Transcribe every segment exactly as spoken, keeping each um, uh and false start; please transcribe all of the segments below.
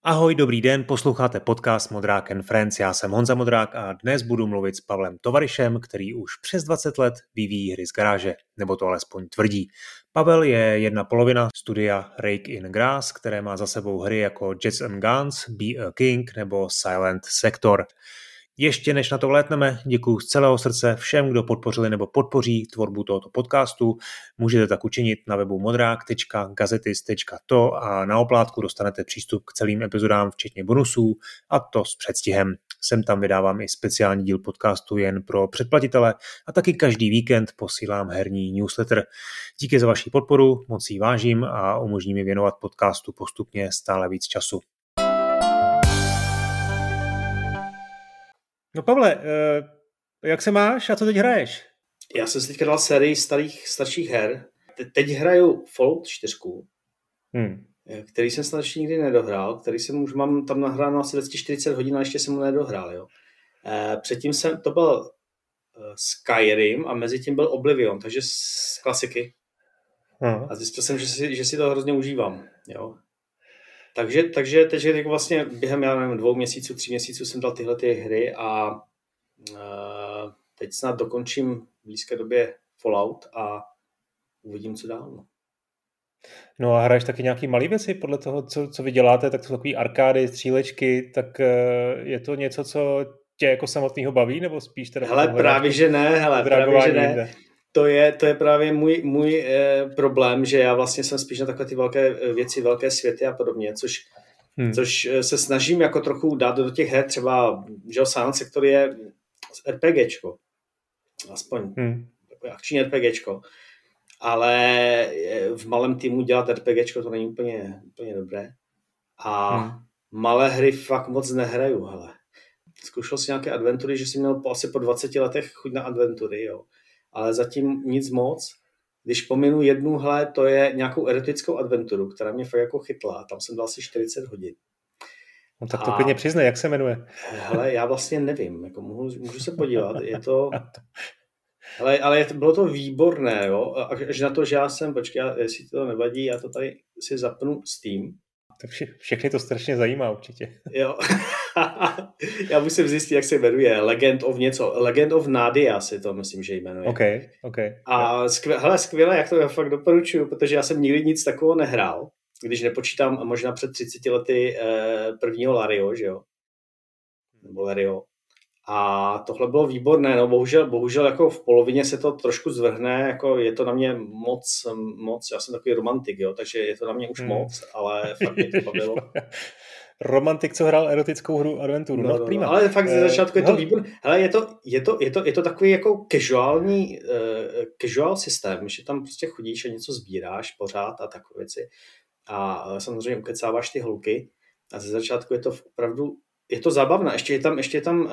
Ahoj, dobrý den, posloucháte podcast Modrák and Friends, já jsem Honza Modrák a dnes budu mluvit s Pavlem Tovaryšem, který už přes dvacet let vyvíjí hry z garáže, nebo to alespoň tvrdí. Pavel je jedna polovina studia Rake in Grass, které má za sebou hry jako Jets and Guns, Be a King nebo Silent Sector. Ještě než na to vlétneme, děkuji z celého srdce všem, kdo podpořili nebo podpoří tvorbu tohoto podcastu. Můžete tak učinit na webu modrák tečka gazetis tečka to a na oplátku dostanete přístup k celým epizodám, včetně bonusů, a to s předstihem. Sem tam vydávám i speciální díl podcastu jen pro předplatitele a taky každý víkend posílám herní newsletter. Díky za vaši podporu, moc ji vážím a umožní mi věnovat podcastu postupně stále víc času. No Pavle, jak se máš a co teď hraješ? Já jsem si teďka dal sérii starých, starších her. Te- teď hraju Fallout čtyři, hmm. který jsem snad ještě nikdy nedohrál, který jsem už mám tam nahráno asi čtyřicet hodin a ještě jsem ho nedohrál. Jo. E, předtím jsem, to byl Skyrim a mezi tím byl Oblivion, takže z klasiky. Hmm. A zjistil jsem, že si, že si to hrozně užívám. Jo. Takže, takže teď jako vlastně během já nevím, dvou měsíců, tří měsíců jsem dal tyhle ty hry a uh, teď snad dokončím v blízké době Fallout a uvidím, co dál. No, no a hraješ taky nějaký malý věci podle toho, co, co vy děláte, tak to jsou takový arkády, střílečky, tak uh, je to něco, co tě jako samotného baví, nebo spíš teda... Hele, právě že ne, hele, právě že ne. Jinde. To je, to je právě můj, můj eh, problém, že já vlastně jsem spíš na takové ty velké věci, velké světy a podobně, což, hmm. což se snažím jako trochu dát do těch her, třeba, že Silent Sector je RPGčko, aspoň hmm. takové akční RPGčko, ale v malém týmu dělat RPGčko to není úplně, úplně dobré a hmm. malé hry fakt moc nehraju, hele. Zkoušel si nějaké adventury, že jsi měl po, asi po dvaceti letech chuť na adventury, jo. Ale zatím nic moc. Když pominu jednu, hele, to je nějakou erotickou adventuru, která mě fakt jako chytla. Tam jsem dal asi čtyřicet hodin. No tak to klidně přiznej, jak se jmenuje. Hele, já vlastně nevím, jako můžu, můžu se podívat. Je to... Hele, ale je to, bylo to výborné, jo. Až na to, že já jsem, počkej, jestli to nevadí, já to tady si zapnu Steam. To vše, všechny to strašně zajímá určitě. Jo. Já musím zjistit, jak se jmenuje. Legend of něco. Legend of Nadia si to myslím, že jmenuje. Okay, okay. A skvěle, hele, skvěle, jak to já fakt doporučuju, protože já jsem nikdy nic takového nehrál, když nepočítám možná před třiceti lety eh, prvního Lario, že jo? Nebo Lario. A tohle bylo výborné, no bohužel, bohužel jako v polovině se to trošku zvrhne, jako je to na mě moc, moc, já jsem takový romantik, jo, takže je to na mě už hmm. moc, ale fakt mě to bavilo. Romantik, co hrál erotickou hru adventuru, no, no, no prima. Ale fakt ze začátku je to výborné. Hele, je to, je to, je to, je to takový jako casuální, uh, casual systém, že tam prostě chodíš a něco sbíráš pořád a takové věci. A uh, samozřejmě ukecáváš ty holky a ze začátku je to opravdu je to zábavné. Ještě je tam, ještě je tam uh,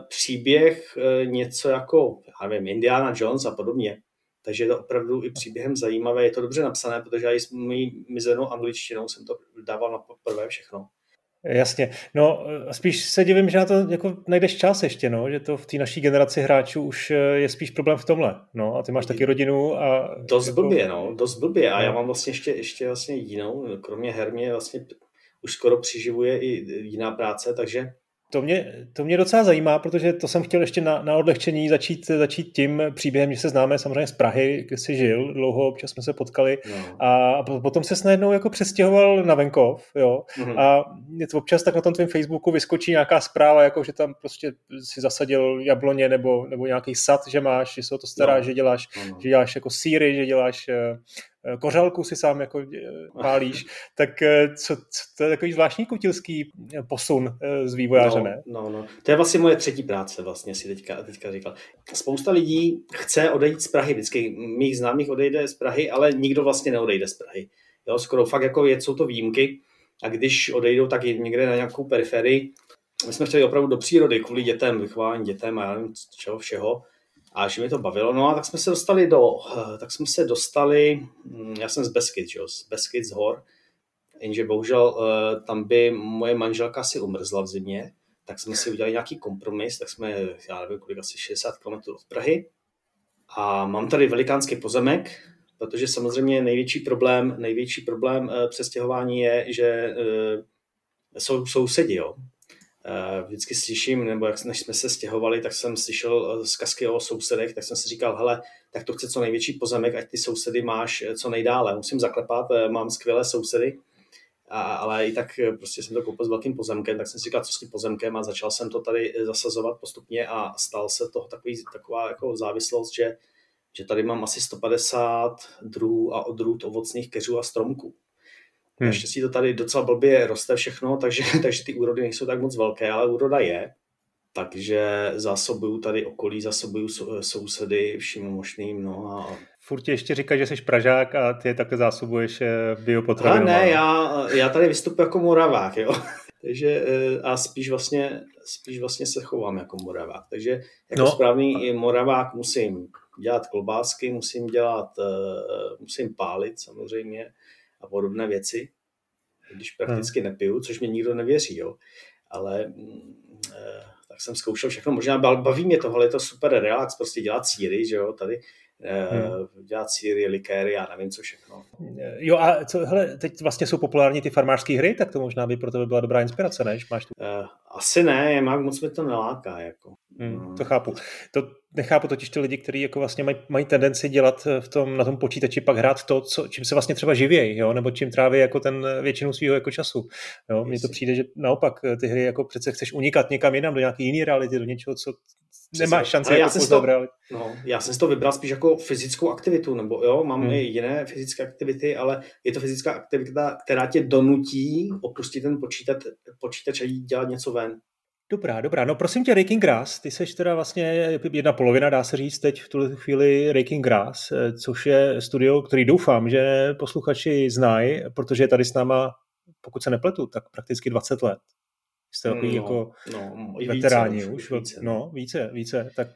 příběh uh, něco jako, já nevím, Indiana Jones a podobně. Takže je to opravdu i příběhem zajímavé. Je to dobře napsané, protože já i s mojí mizenou angličtinou jsem to dával na prvé všechno. Jasně. No, spíš se divím, že na to jako najdeš čas ještě, no, že to v té naší generaci hráčů už je spíš problém v tomhle. No, a ty máš taky rodinu a... Dost jako... blbě, no, dost blbě. A no. Já mám vlastně ještě, ještě vlastně jinou, kromě her mě vlastně už skoro přiživuje i jiná práce, takže... To mě, to mě docela zajímá, protože to jsem chtěl ještě na, na odlehčení začít, začít tím příběhem, že se známe samozřejmě z Prahy, kde jsi žil dlouho, občas jsme se potkali no. a potom se najednou jako přestěhoval na venkov, jo, mm-hmm. a občas tak na tom tvém Facebooku vyskočí nějaká zpráva, jako že tam prostě si zasadil jabloně nebo, nebo nějaký sad, že máš, že se o to staráš, no. že děláš, no. že děláš jako sýry, že děláš... kořalku si sám jako pálíš, tak co, co, to je takový zvláštní kutilský posun z vývojáře, no, ne? No, no. To je vlastně moje třetí práce, vlastně si teďka, teďka říkal. Spousta lidí chce odejít z Prahy, vždycky mých známých odejde z Prahy, ale nikdo vlastně neodejde z Prahy. Jo, skoro fakt jako je, jsou to výjimky a když odejdou, tak je někde na nějakou periferii. My jsme chtěli opravdu do přírody, kvůli dětem, vychování dětem a já nevím čeho všeho. A že mi to bavilo, no a tak jsme se dostali do, tak jsme se dostali, já jsem z Beskyd, jo, z Beskyd z hor, jenže bohužel tam by moje manželka si umrzla v zimě, tak jsme si udělali nějaký kompromis, tak jsme, já nevím kolik, asi šedesát kilometrů od Prahy a mám tady velikánský pozemek, protože samozřejmě největší problém, největší problém přestěhování je, že jsou sousedi, jo. Vždycky slyším, nebo jak, než jsme se stěhovali, tak jsem slyšel zkazky o sousedech, tak jsem si říkal, hele, tak to chce co největší pozemek, ať ty sousedy máš co nejdále. Musím zaklepat, mám skvělé sousedy, a, ale i tak prostě jsem to koupil s velkým pozemkem, tak jsem si říkal, co s tím pozemkem a začal jsem to tady zasazovat postupně a stal se toho takový, taková jako závislost, že, že tady mám asi sto padesát druhů a odrůd ovocných keřů a stromků. Hmm. Naštěstí to tady docela blbě roste všechno, takže, takže ty úrody nejsou tak moc velké, ale úroda je. Takže zásobuju tady okolí, zásobuju sousedy vším možným. No a... Furt ti ještě říkáš, že jsi Pražák a ty takhle zásobuješ biopotravinama. Ne, já, já tady vystupuji jako Moravák, jo. Takže a spíš vlastně, spíš vlastně se chovám jako Moravák. Takže jako no. správný Moravák musím dělat klobásky, musím dělat, musím pálit samozřejmě a podobné věci, když prakticky hmm. nepiju, což mě nikdo nevěří, jo. Ale eh, tak jsem zkoušel všechno, možná baví mě tohle, je to super relax, prostě dělat síry, že jo, tady eh, hmm. dělat síry, likéry, já nevím, co všechno. Jo a co, hele, teď vlastně jsou populární ty farmářské hry, tak to možná by pro tebe byla dobrá inspirace, ne? Máš tu... eh, asi ne, mám, moc mi to neláká, jako. Hmm, to chápu. To nechápu totiž ty lidi, kteří jako vlastně mají, mají tendenci dělat v tom, na tom počítači pak hrát to, co, čím se vlastně třeba živějí, jo? Nebo čím tráví jako ten většinu svého jako času. Jo? Mně to přijde, že naopak ty hry jako přece chceš unikat někam jinam, do nějaké jiné reality, do něčeho, co nemáš šanci jako poznat reality. No, já jsem si to vybral spíš jako fyzickou aktivitu, nebo jo, mám hmm. i jiné fyzické aktivity, ale je to fyzická aktivita, která tě donutí opustit ten počítač, počítač a jít dělat něco ven. Dobrá, dobrá. No prosím tě, Raking Grass, ty seš teda vlastně jedna polovina, dá se říct teď v tuhle chvíli Raking Grass, což je studio, který doufám, že posluchači znají, protože je tady s náma, pokud se nepletu, tak prakticky dvacet let. Jste takový no, jako no, veteráni více, už. Více, no, více, více. Tak,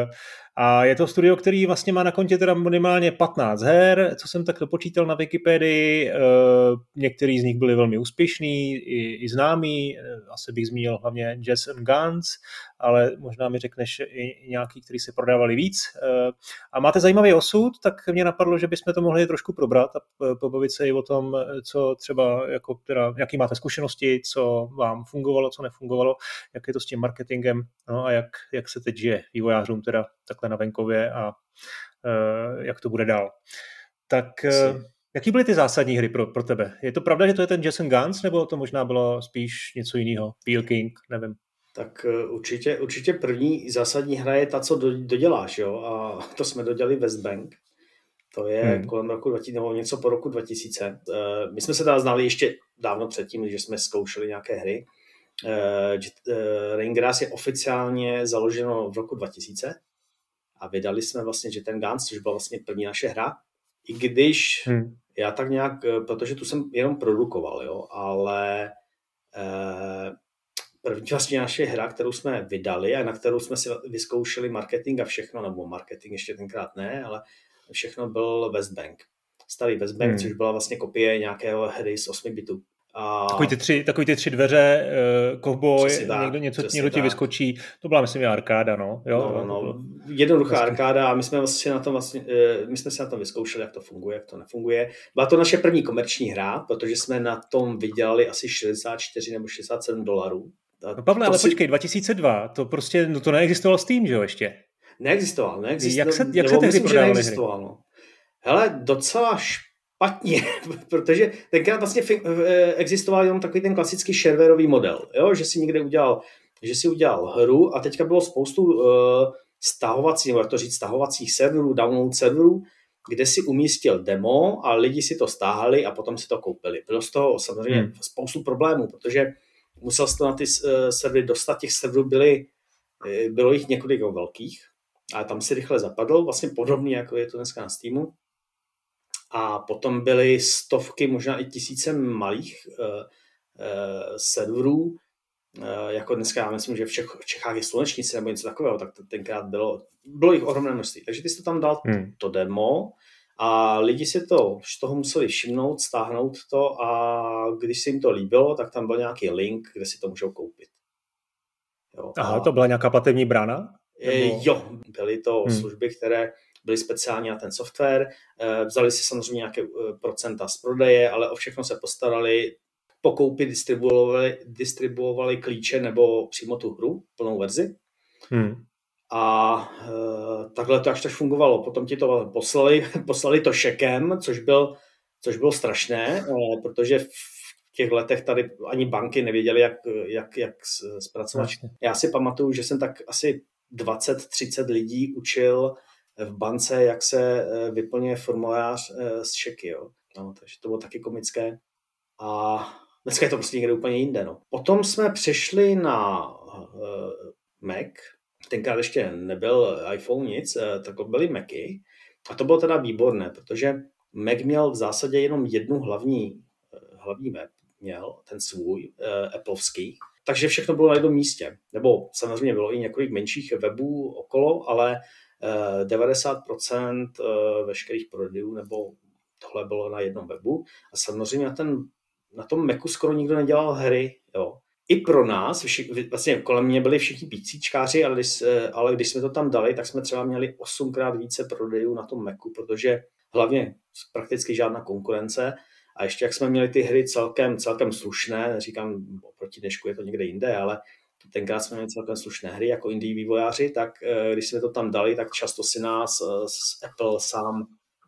a je to studio, který vlastně má na kontě teda minimálně patnáct her, co jsem tak dopočítal na Wikipedii. Některý z nich byli velmi úspěšný, i, i známý. Asi bych zmínil hlavně Jazz and Guns, ale možná mi řekneš i nějaký, který se prodávali víc. A máte zajímavý osud, tak mě napadlo, že bychom to mohli trošku probrat a pobavit se i o tom, co třeba, jako teda, jaký máte zkušenosti, co vám fungovalo, co nefungovalo, jak je to s tím marketingem, no a jak, jak se teď žije vývojářům teda takhle na venkově a uh, jak to bude dál. Tak uh, jaký byly ty zásadní hry pro, pro tebe? Je to pravda, že to je ten Jazz and Guns, nebo to možná bylo spíš něco jiného? Peel King, nevím. Tak určitě, určitě první zásadní hra je ta, co do, doděláš, jo, a to jsme dodělali West Bank. To je hmm. kolem roku dva tisíce, nebo něco po roku dva tisíce. My jsme se teda znali ještě dávno předtím, že jsme zkoušeli nějaké hry. Raking Grass je oficiálně založeno v roku dva tisíce a vydali jsme vlastně Jet and Guns, což byla vlastně první naše hra. I když hmm. já tak nějak, protože tu jsem jenom produkoval, jo, ale první vlastně naše hra, kterou jsme vydali a na kterou jsme si vyzkoušeli marketing a všechno, nebo marketing ještě tenkrát ne, ale všechno byl West Bank. Starý West Bank, hmm. což byla vlastně kopie nějakého hry z osmi bitů. A... Takový, ty tři, takový ty tři dveře, uh, cowboy, někdo, něco, někdo ti vyskočí, to byla myslím arkáda, no. Jo, no, no, no. Jednoduchá vlastně arkáda a my jsme, vlastně na tom vlastně, uh, my jsme si na tom vyzkoušeli, jak to funguje, jak to nefunguje. Byla to naše první komerční hra, protože jsme na tom vydělali asi šedesát čtyři nebo šedesát sedm dolarů. No Pavle, ale si... počkej, dva tisíce dva, to prostě, no to neexistovalo Steam, že jo, ještě? Neexistoval, neexistoval. Jak se, jak se tehdy prodávaly hry? No. Hele, docela špatně, protože tenkrát vlastně existoval jenom takový ten klasický sharewareový model, jo? Že si někde udělal, že si udělal hru a teďka bylo spoustu uh, stahovacích, nebo jak to říct, stahovacích serverů, download serverů, kde si umístil demo a lidi si to stáhali a potom si to koupili. Bylo z toho samozřejmě hmm. spoustu problémů, protože musel jsi to na ty uh, servery dostat, těch serverů byly, bylo jich několik velkých a tam si rychle zapadl, vlastně podobně, jako je to dneska na Steamu. A potom byly stovky, možná i tisíce malých uh, uh, serverů, uh, jako dneska já myslím, že v, Čech, v Čechách je Slunečnice nebo něco takového, tak to tenkrát bylo, bylo jich ohromné množství. Takže ty jsi to tam dal hmm. to demo a lidi si to z toho museli všimnout, stáhnout to a když se jim to líbilo, tak tam byl nějaký link, kde si to můžou koupit. Jo, Aha, a... to byla nějaká platební brána? Nebo... Jo, byly to hmm. služby, které byly speciální na ten software, vzali si samozřejmě nějaké procenta z prodeje, ale o všechno se postarali, po koupi distribuovali, distribuovali klíče nebo přímo tu hru, plnou verzi. Hmm. A e, takhle to až tak fungovalo. Potom ti to poslali, poslali to šekem, což, byl, což bylo strašné, e, protože v těch letech tady ani banky nevěděly, jak, jak, jak zpracovat. Vlastně. Já si pamatuju, že jsem tak asi dvacet třicet lidí učil v bance, jak se vyplňuje formulář z šeky. Jo. No, takže to bylo taky komické. A dneska je to prostě někde úplně jinde. No. Potom jsme přešli na uh, Mac. Tenkrát ještě nebyl iPhone nic, tak byly Macy. A to bylo teda výborné, protože Mac měl v zásadě jenom jednu hlavní, hlavní web. Měl ten svůj, uh, applovský. Takže všechno bylo na jednom místě. Nebo samozřejmě bylo i několik menších webů okolo, ale uh, devadesát procent uh, veškerých prodejů nebo tohle bylo na jednom webu. A samozřejmě na, ten, na tom Macu skoro nikdo nedělal hry. Jo. I pro nás, vši, vlastně kolem mě byli všichni PCčkáři, ale když, ale když jsme to tam dali, tak jsme třeba měli osmkrát více prodejů na tom Macu, protože hlavně prakticky žádná konkurence. A ještě jak jsme měli ty hry celkem, celkem slušné, neříkám, oproti dnešku je to někde jinde, ale tenkrát jsme měli celkem slušné hry jako indie vývojáři, tak když jsme to tam dali, tak často si nás z Apple sám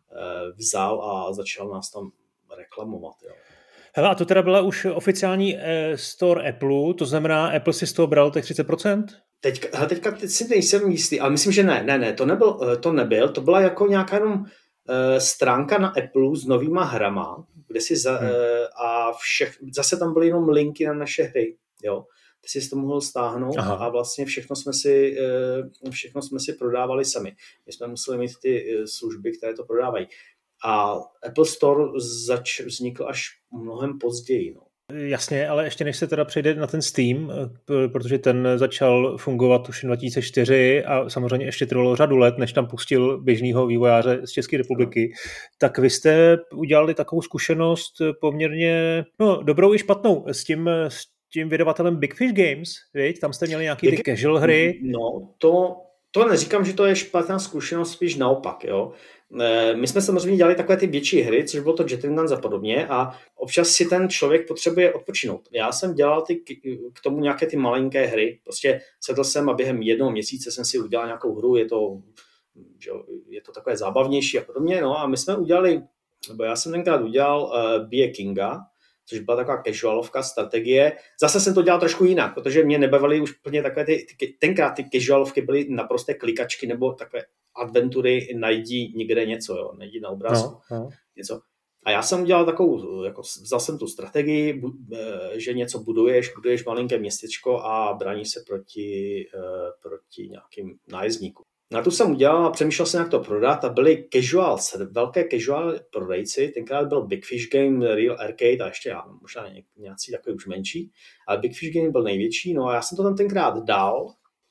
vzal a začal nás tam reklamovat. Jo. Hele, a to teda byla už oficiální eh, store Apple, to znamená, Apple si z toho bral těch třicet procent? Teďka, hele, teďka teď si nejsem jistý, ale myslím, že ne, ne, ne, to nebyl, to nebyl, to byla jako nějaká jenom uh, stránka na Apple s novýma hrama, kde si za, hmm. uh, a všech, zase tam byly jenom linky na naše hry, jo. Ty jsi to mohl stáhnout. Aha. A vlastně všechno jsme, si, uh, všechno jsme si prodávali sami. My jsme museli mít ty služby, které to prodávají. A Apple Store zač, vznikl až mnohem později. No. Jasně, ale ještě než se teda přejde na ten Steam, protože ten začal fungovat už dva tisíce čtyři a samozřejmě ještě trvalo řadu let, než tam pustil běžného vývojáře z České republiky, no. Tak vy jste udělali takovou zkušenost poměrně no, dobrou i špatnou s tím, s tím vydavatelem Big Fish Games, viď? Tam jste měli nějaký ty casual hry. No, to, to neříkám, že to je špatná zkušenost, spíš naopak, jo. My jsme samozřejmě dělali takové ty větší hry, což bylo to Jetting Guns a podobně a občas si ten člověk potřebuje odpočinout. Já jsem dělal ty, k tomu nějaké ty malinké hry, prostě sedl jsem a během jednoho měsíce jsem si udělal nějakou hru, je to, že je to takové zábavnější a podobně, no a my jsme udělali, nebo já jsem tenkrát udělal uh, Be a Kinga, což byla taková casualovka, strategie. Zase jsem to dělal trošku jinak, protože mě nebavily už plně takové ty, ty tenkrát ty casualovky byly naprosté klikačky nebo takové adventury, najdi někde něco, jo, najdi na obrázku no, no. něco. A já jsem udělal takovou, jako vzal jsem tu strategii, že něco buduješ, buduješ malinké městečko a bráníš se proti, proti nějakým nájezdníkům. Na to jsem udělal a přemýšlel jsem, jak to prodat a byly casual, velké casual prodejci, tenkrát byl Big Fish Game, Real Arcade a ještě já, možná nějací takový už menší, ale Big Fish Game byl největší, no a já jsem to tam tenkrát dal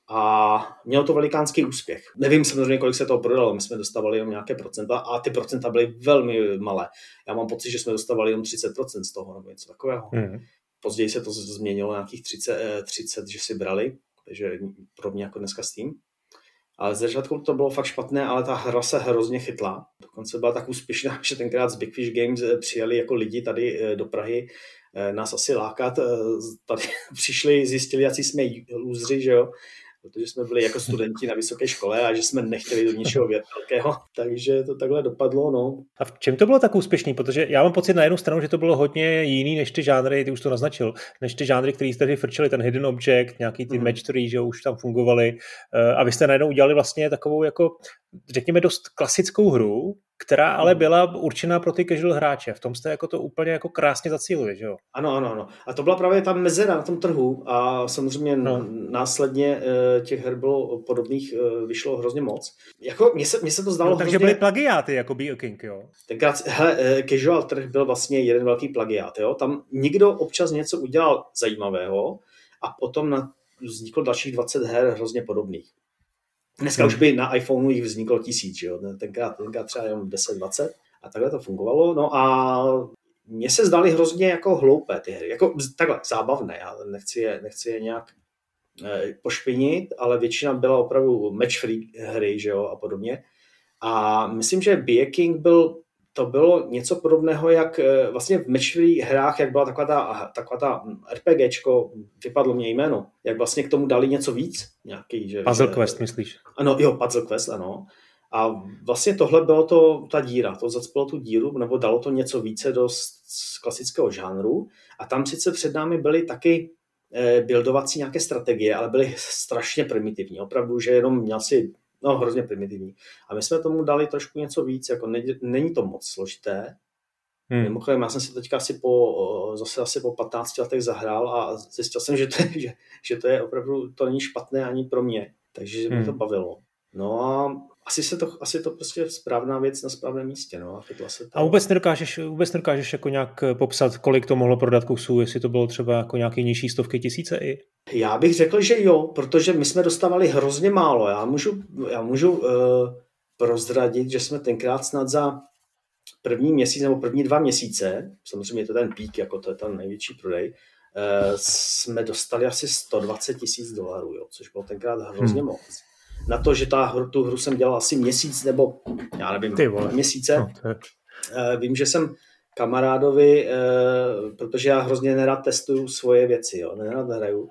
a mělo to velikánský úspěch. Nevím samozřejmě, kolik se toho prodalo, my jsme dostávali jenom nějaké procenta a ty procenta byly velmi malé. Já mám pocit, že jsme dostávali jenom třicet procent z toho nebo něco takového. Mm. Později se to změnilo nějakých třicet, třicet, že si brali, takže pro mě jako dneska Steam. Ale z začátku to bylo fakt špatné, ale ta hra se hrozně chytla. Dokonce byla tak úspěšná, že tenkrát z Big Fish Games přijeli jako lidi tady do Prahy nás asi lákat. Tady přišli, zjistili, jací jsme lůzři, že jo, protože jsme byli jako studenti na vysoké škole a že jsme nechtěli do ničeho velkého, takže to takhle dopadlo, no. A v čem to bylo tak úspěšný? Protože já mám pocit na jednu stranu, že to bylo hodně jiný než ty žánry, ty už to naznačil, než ty žánry, který tady frčeli, ten Hidden Object, nějaký ty mm. match three, že už tam fungovaly a vy jste najednou udělali vlastně takovou jako, řekněme, dost klasickou hru, která ale byla určená pro ty casual hráče. V tom jste jako to úplně jako krásně zacílili, že jo? Ano, ano, ano. A to byla právě ta mezera na tom trhu a samozřejmě no. následně těch her bylo podobných, vyšlo hrozně moc. Jako mně se, mně se to zdálo no, takže hrozně... byly plagiáty, jako Be a King, jo? Tenkrát, hele, casual trh byl vlastně jeden velký plagiát, jo? Tam někdo občas něco udělal zajímavého a potom na, vzniklo dalších dvacet her hrozně podobných. Dneska hmm. už by na iPhoneu jich vzniklo tisíc, jo? Tenkrát, tenkrát třeba jenom deset dvacet a takhle to fungovalo. No a mně se zdály hrozně jako hloupé ty hry, jako takhle zábavné, já nechci je, nechci je nějak eh, pošpinit, ale většina byla opravdu match-free hry, že jo, a podobně. A myslím, že Be a King byl to bylo něco podobného, jak vlastně v mečových hrách, jak byla taková ta, taková ta RPGčko, vypadlo mě jméno, jak vlastně k tomu dali něco víc. Nějaký, že, Puzzle že, Quest, myslíš? Ano, jo, Puzzle Quest, ano. A vlastně tohle bylo to, ta díra, to zacpalo tu díru, nebo dalo to něco více do klasického žánru. A tam sice před námi byly taky buildovací nějaké strategie, ale byly strašně primitivní. Opravdu, že jenom měl si, no hrozně primitivní. A my jsme tomu dali trošku něco víc, jako ne, není to moc složité. Hmm. Mimochodem, já jsem si teďka asi po, zase asi po patnácti letech zahrál a zjistil jsem, že to je, že, že to je opravdu, to není špatné ani pro mě. Takže hmm. mě to bavilo. No a asi se to, asi to prostě správná věc na správném místě. No. A, se a vůbec nedokážeš, vůbec nedokážeš jako nějak popsat, kolik to mohlo prodat kusů, jestli to bylo třeba jako nějaké nižší stovky tisíce i? Já bych řekl, že jo, protože my jsme dostávali hrozně málo. Já můžu, já můžu uh, prozradit, že jsme tenkrát snad za první měsíc nebo první dva měsíce, samozřejmě je to ten pík, jako to je ten největší prodej, uh, jsme dostali asi sto dvacet tisíc dolarů, jo, což bylo tenkrát hrozně hmm. moc. Na to, že ta hru, tu hru jsem dělal asi měsíc nebo, já nevím, měsíce. No, uh, vím, že jsem kamarádovi, uh, protože já hrozně nerad testuju svoje věci, jo, nerad hraju,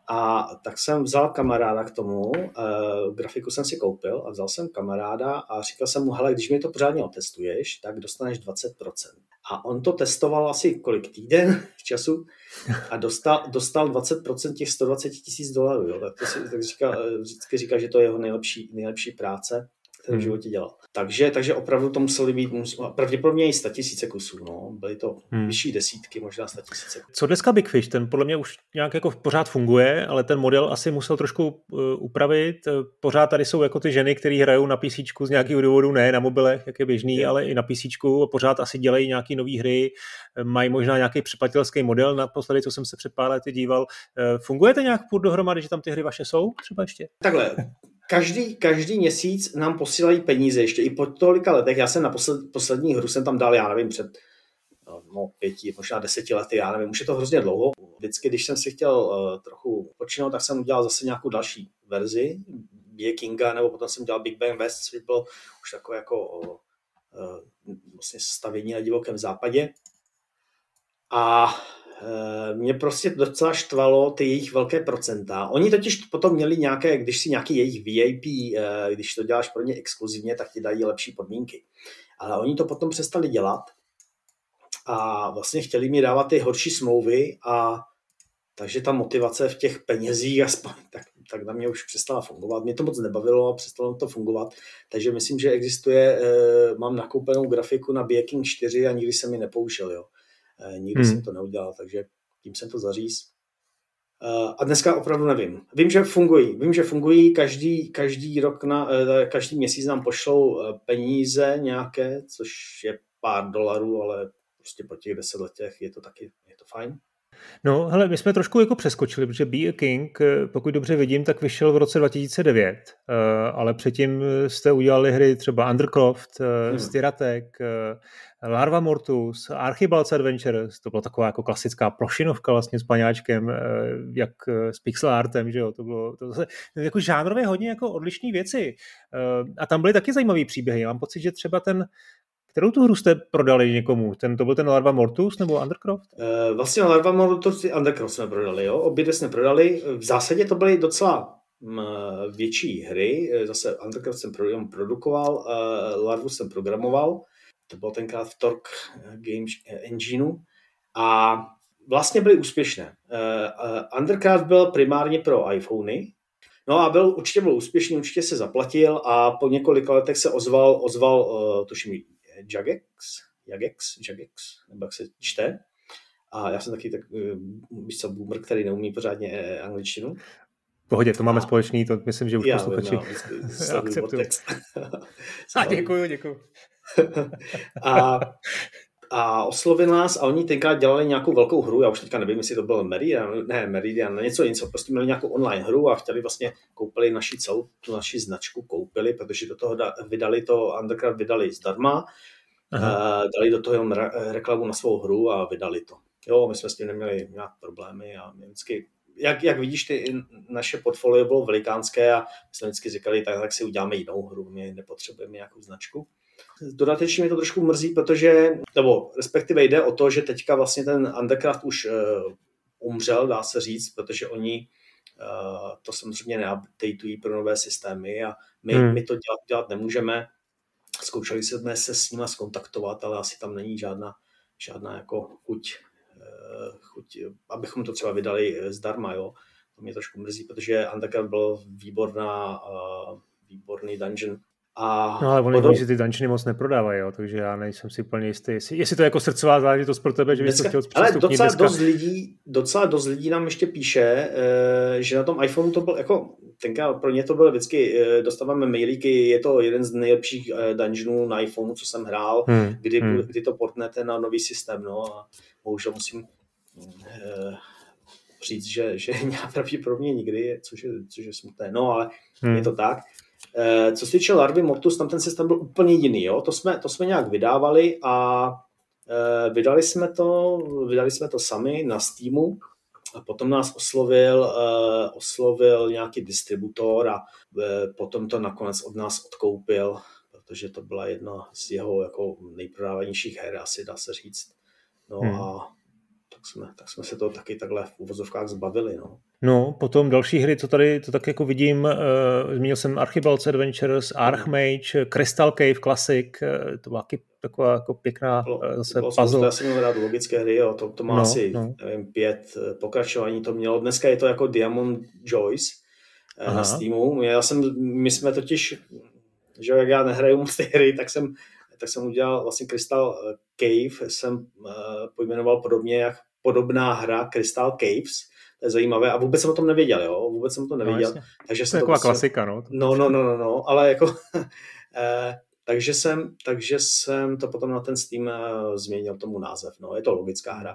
a tak jsem vzal kamaráda k tomu, uh, grafiku jsem si koupil a vzal jsem kamaráda a říkal jsem mu, hele, když mi to pořádně otestuješ, tak dostaneš dvacet procent. A on to testoval asi kolik týden času a dostal, dostal dvacet procent těch sto dvacet tisíc dolarů. Jo. Tak to si tak říká, vždycky říká, že to je jeho nejlepší, nejlepší práce, kterou v životě dělal. Takže, takže opravdu to museli být pravděpodobně i sta tisíce kusů. No. Byly to hmm. vyšší desítky, možná sta tisíce kusů. Co dneska Big Fish? Ten podle mě už nějak jako pořád funguje, ale ten model asi musel trošku uh, upravit. Pořád tady jsou jako ty ženy, které hrajou na PCčku z nějakého důvodu, ne na mobilech, jak je běžný, je. ale i na PCčku. Pořád asi dělají nějaké nové hry, mají možná nějaký přeplatitelský model. Naposledy, co jsem se před pár lety díval. Uh, funguje to nějak půl dohromady, že tam ty hry vaše jsou třeba ještě? Takhle. Každý, každý měsíc nám posílají peníze ještě i po tolika letech. Já jsem na posled, poslední hru jsem tam dal, já nevím, před no, pěti, možná deseti lety, já nevím, už je to hrozně dlouho. Vždycky, když jsem si chtěl uh, trochu počinout, tak jsem udělal zase nějakou další verzi Kinga, nebo potom jsem dělal Big Bang West, což bylo už takové jako uh, vlastně stavění na divokém západě. A mě prostě docela štvalo ty jejich velké procenta. Oni totiž potom měli nějaké, když si nějaký jejich V I P, když to děláš pro ně exkluzivně, tak ti dají lepší podmínky. Ale oni to potom přestali dělat a vlastně chtěli mi dávat ty horší smlouvy a takže ta motivace v těch penězích aspoň, tak, tak na mě už přestala fungovat. Mě to moc nebavilo a přestalo to fungovat. Takže myslím, že existuje, mám nakoupenou grafiku na Baking čtyři a nikdy jsem ji nepoužil, jo. Nikdy hmm. jsem to neudělal, takže tím jsem to zaříz. A dneska opravdu nevím. Vím, že fungují. Vím, že fungují. Každý, každý rok, na, každý měsíc nám pošlou peníze nějaké, což je pár dolarů, ale prostě po těch deset letech je to taky je to fajn. No, hele, my jsme trošku jako přeskočili, protože Be a King, pokud dobře vidím, tak vyšel v roce dva tisíce devět, ale předtím jste udělali hry třeba Undercroft, hmm. Styratek, Larva Mortus, Archibald's Adventures, to byla taková jako klasická plošinovka vlastně s paňáčkem, jak s pixel artem, že jo, to bylo to zase jako žánrově hodně jako odlišné věci. A tam byly taky zajímavé příběhy. Mám pocit, že třeba ten Kterou tu hru jste prodali někomu? Ten, to byl ten Larva Mortus nebo Undercroft? E, vlastně Larva Mortus i Undercroft jsme prodali, jo. Obě dvě jsme prodali. V zásadě to byly docela m, větší hry. Zase Undercroft jsem produkoval, uh, Larvu jsem programoval. To bylo tenkrát v Torque Games Engineu. A vlastně byly úspěšné. Uh, Undercroft byl primárně pro iPhony. No a byl, určitě byl úspěšný, určitě se zaplatil a po několika letech se ozval, ozval uh, tuším, Jagex, Jagex, Jagex, nebo jak se čte. A já jsem taky tak, víš co, boomer, který neumí pořádně angličtinu. V pohodě, to máme a... společný, to myslím, že už posluchači akceptují. A děkuju, děkuju. a, a oslovil nás a oni tenkrát dělali nějakou velkou hru, já už teďka nevím, jestli to byl Meridian, ne Meridian, něco, něco, prostě měli nějakou online hru a chtěli vlastně, koupili naši celou, tu naši značku koupili, protože do toho da, vydali to, Undercroft vydali zdarma, uh, dali do toho jenom re, reklamu na svou hru a vydali to. Jo, my jsme s tím neměli nějak problémy a my vždycky, jak, jak vidíš, ty, naše portfolio bylo velikánské a my jsme vždycky říkali, tak, tak si uděláme jinou hru, my nepotřebujeme nějakou značku. Dodatečně mě to trošku mrzí, protože, nebo respektive jde o to, že teďka vlastně ten Undercraft už uh, umřel, dá se říct, protože oni uh, to samozřejmě neupdateují pro nové systémy a my, hmm. my to dělat, dělat nemůžeme. Zkoušeli jsme se s nima skontaktovat, ale asi tam není žádná, žádná jako chuť, uh, chuť, abychom to třeba vydali zdarma, jo. To mě trošku mrzí, protože Undercraft byl výborná, uh, výborný dungeon. A no ale oni podle... si ty dungeony moc neprodávají, jo, takže já nejsem si plně jistý, jestli, jestli to je jako srdcová záležitost pro tebe, že bys to chtěl zpřístupnit. Ale docela dneska. dost lidí, docela dost lidí nám ještě píše, že na tom iPhoneu to byl, jako tenkrát pro ně to bylo vždycky, dostáváme mailíky, je to jeden z nejlepších dungeonů na iPhoneu, co jsem hrál, hmm. Kdy, hmm. kdy to portnete na nový systém, no a bohužel musím eh, říct, že, že pravděpodobně nikdy, což je, což je smutné, no ale hmm. je to tak. Co se týče Larvy Mortus, tam ten systém byl úplně jiný. Jo? To, jsme, to jsme nějak vydávali a e, vydali, jsme to, vydali jsme to sami na Steamu a potom nás oslovil, e, oslovil nějaký distributor a e, potom to nakonec od nás odkoupil, protože to byla jedna z jeho jako nejprodávanějších her, asi dá se říct. No hmm. a tak jsme, tak jsme se to taky takhle v uvozovkách zbavili. No. No, potom další hry, co tady to tak jako vidím, uh, zmínil jsem Archibald's Adventures, Archmage, Crystal Cave Classic, uh, to byla taková jako pěkná uh, zase puzzle. Spoustu, já jsem měl rád logické hry, jo, to, to má no, asi no. nevím, pět pokračování to mělo. Dneska je to jako Diamond Joyce uh, na Steamu. Já jsem, my jsme totiž, že jak já nehraju moc ty hry, tak jsem, tak jsem udělal vlastně Crystal Cave, jsem uh, pojmenoval podobně jak podobná hra Crystal Caves. To je zajímavé a vůbec jsem o tom nevěděl, jo, vůbec jsem to nevěděl. No, takže to je taková to klasika, no. No, no, no, no, no, ale jako, eh, takže jsem, takže jsem to potom na ten Steam eh, změnil tomu název, no, je to logická hra.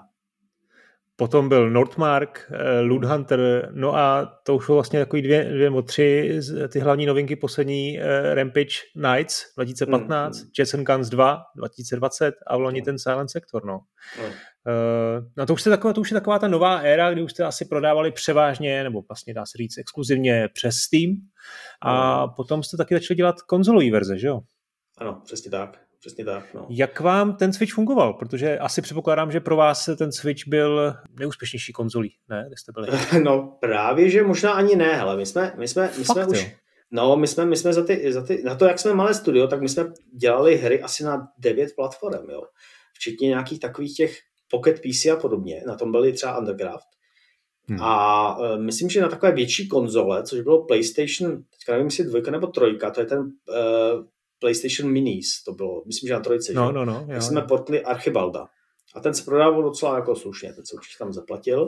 Potom byl Northmark, eh, Loot Hunter, no a to už jsou vlastně takový dvě, dvě nebo tři ty hlavní novinky poslední, eh, Rampage Knights dva tisíce patnáct, mm, mm. Jets and Guns dva dva tisíce dvacet a v loni mm. ten Silent Sector, no. Mm. Uh, no to už, je taková, to už je taková ta nová éra, kdy už jste asi prodávali převážně, nebo vlastně dá se říct exkluzivně přes Steam a mm. potom jste taky začali dělat konzolový verze, že jo? Ano, přesně tak. Přesně tak, no. Jak vám ten Switch fungoval? Protože asi předpokládám, že pro vás ten Switch byl nejúspěšnější konzolí, ne? Kde jste byli? No právě, že možná ani ne, hele, my jsme, my jsme, my Fakt, jsme už, no my jsme, my jsme za, ty, za ty, na to, jak jsme malé studio, tak my jsme dělali hry asi na devět platform, jo. Včetně nějakých takových těch Pocket P C a podobně, na tom byly třeba Undercraft. Hmm. A uh, myslím, že na takové větší konzole, což bylo PlayStation, teďka nevím, jestli dvojka nebo trojka, to je ten uh, PlayStation Minis, to bylo, myslím, že na trojce, no, že? No, no, tak jsme portli Archibalda. A ten se prodával docela jako slušně, ten se určitě tam zaplatil.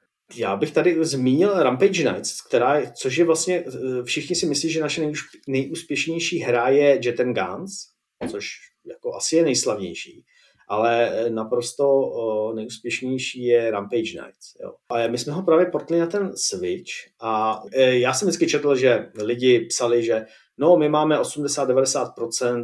Já bych tady zmínil Rampage Knights, která je, což je vlastně, všichni si myslí, že naše nejúspěšnější hra je Jet and Guns, což jako asi je nejslavnější, ale naprosto nejúspěšnější je Rampage Knights. Jo. A my jsme ho právě portli na ten Switch a já jsem vždycky četl, že lidi psali, že no, my máme osmdesát až devadesát procent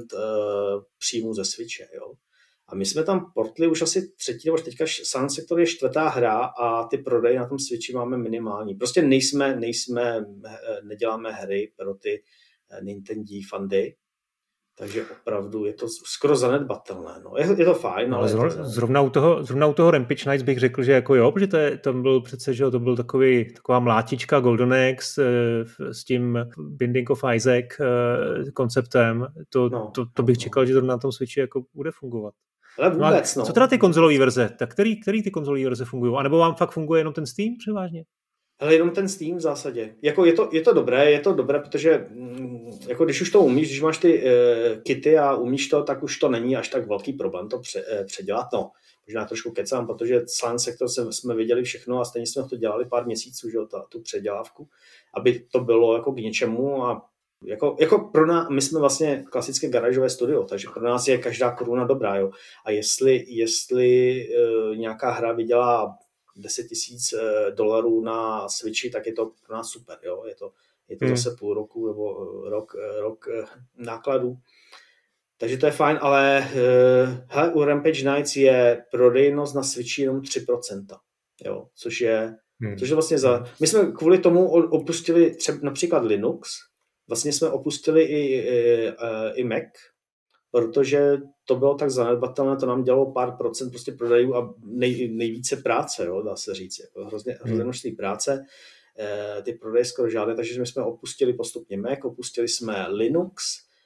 příjmů ze Switche, jo. A my jsme tam portli už asi třetí, nebo teďka Silent Sector je čtvrtá hra a ty prodeje na tom Switchi máme minimální. Prostě nejsme, nejsme, neděláme hry pro ty Nintendo fandy, takže opravdu je to skoro zanedbatelné. No. Je, je to fajn, ale... ale zrovna, zrovna, u toho, zrovna u toho Rampage Knights bych řekl, že jako jo, protože to, je, to byl přece, že jo, to byl takový, taková mlátička Golden Axe e, s tím Binding of Isaac e, konceptem. To, no, to, to bych čekal, že to na tom Switchi jako bude fungovat. Ale vůbec, no. Co teda ty konzolové verze? Tak který, který ty konzolové verze fungují? A nebo vám fakt funguje jenom ten Steam převážně? Ale jenom ten Steam v zásadě. Jako je to, je to dobré, je to dobré, protože jako když už to umíš, když máš ty uh, kity a umíš to, tak už to není až tak velký problém to pře, uh, předělat. No, možná trošku kecám, protože Silent Sector jsme viděli všechno a stejně jsme to dělali pár měsíců, že, ta, tu předělávku, aby to bylo jako k něčemu a jako, jako pro nás, my jsme vlastně klasické garážové studio, takže pro nás je každá koruna dobrá, jo. A jestli, jestli uh, nějaká hra vydělá deset tisíc dolarů na Switchi, tak je to pro nás super, jo. Je to, je to hmm. zase půl roku nebo rok, rok nákladů. Takže to je fajn, ale hele, u Rampage Knights je prodejnost na Switchi jenom tři procenta, jo, což je, hmm. což je vlastně za... My jsme kvůli tomu opustili třeba například Linux, vlastně jsme opustili i, i, i Mac, protože to bylo tak zanedbatelné, to nám dělalo pár procent prostě prodejů a nej, nejvíce práce, jo, dá se říct, jako hrozně, hrozně množství práce, e, ty prodeje skoro žádné, takže my jsme opustili postupně Mac, opustili jsme Linux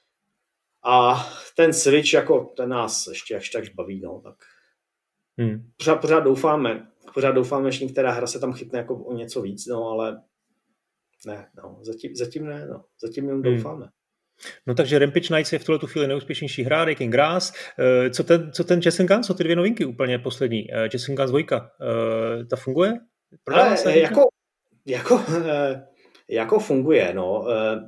a ten switch, jako ten nás ještě až tak baví, no, tak hmm. pořád, pořád doufáme, pořád doufáme, že některá hra se tam chytne jako o něco víc, no, ale ne, no, zatím, zatím ne, no, zatím jen doufáme. Hmm. No takže Rampage Knights je v tuhle chvíli neúspěšnější hra, Raking Grass. Co ten, co ten Jetsam Guns, co ty dvě novinky úplně poslední? Jetsam Guns dva, ta funguje? Ale, se jako, jako, jako funguje, no.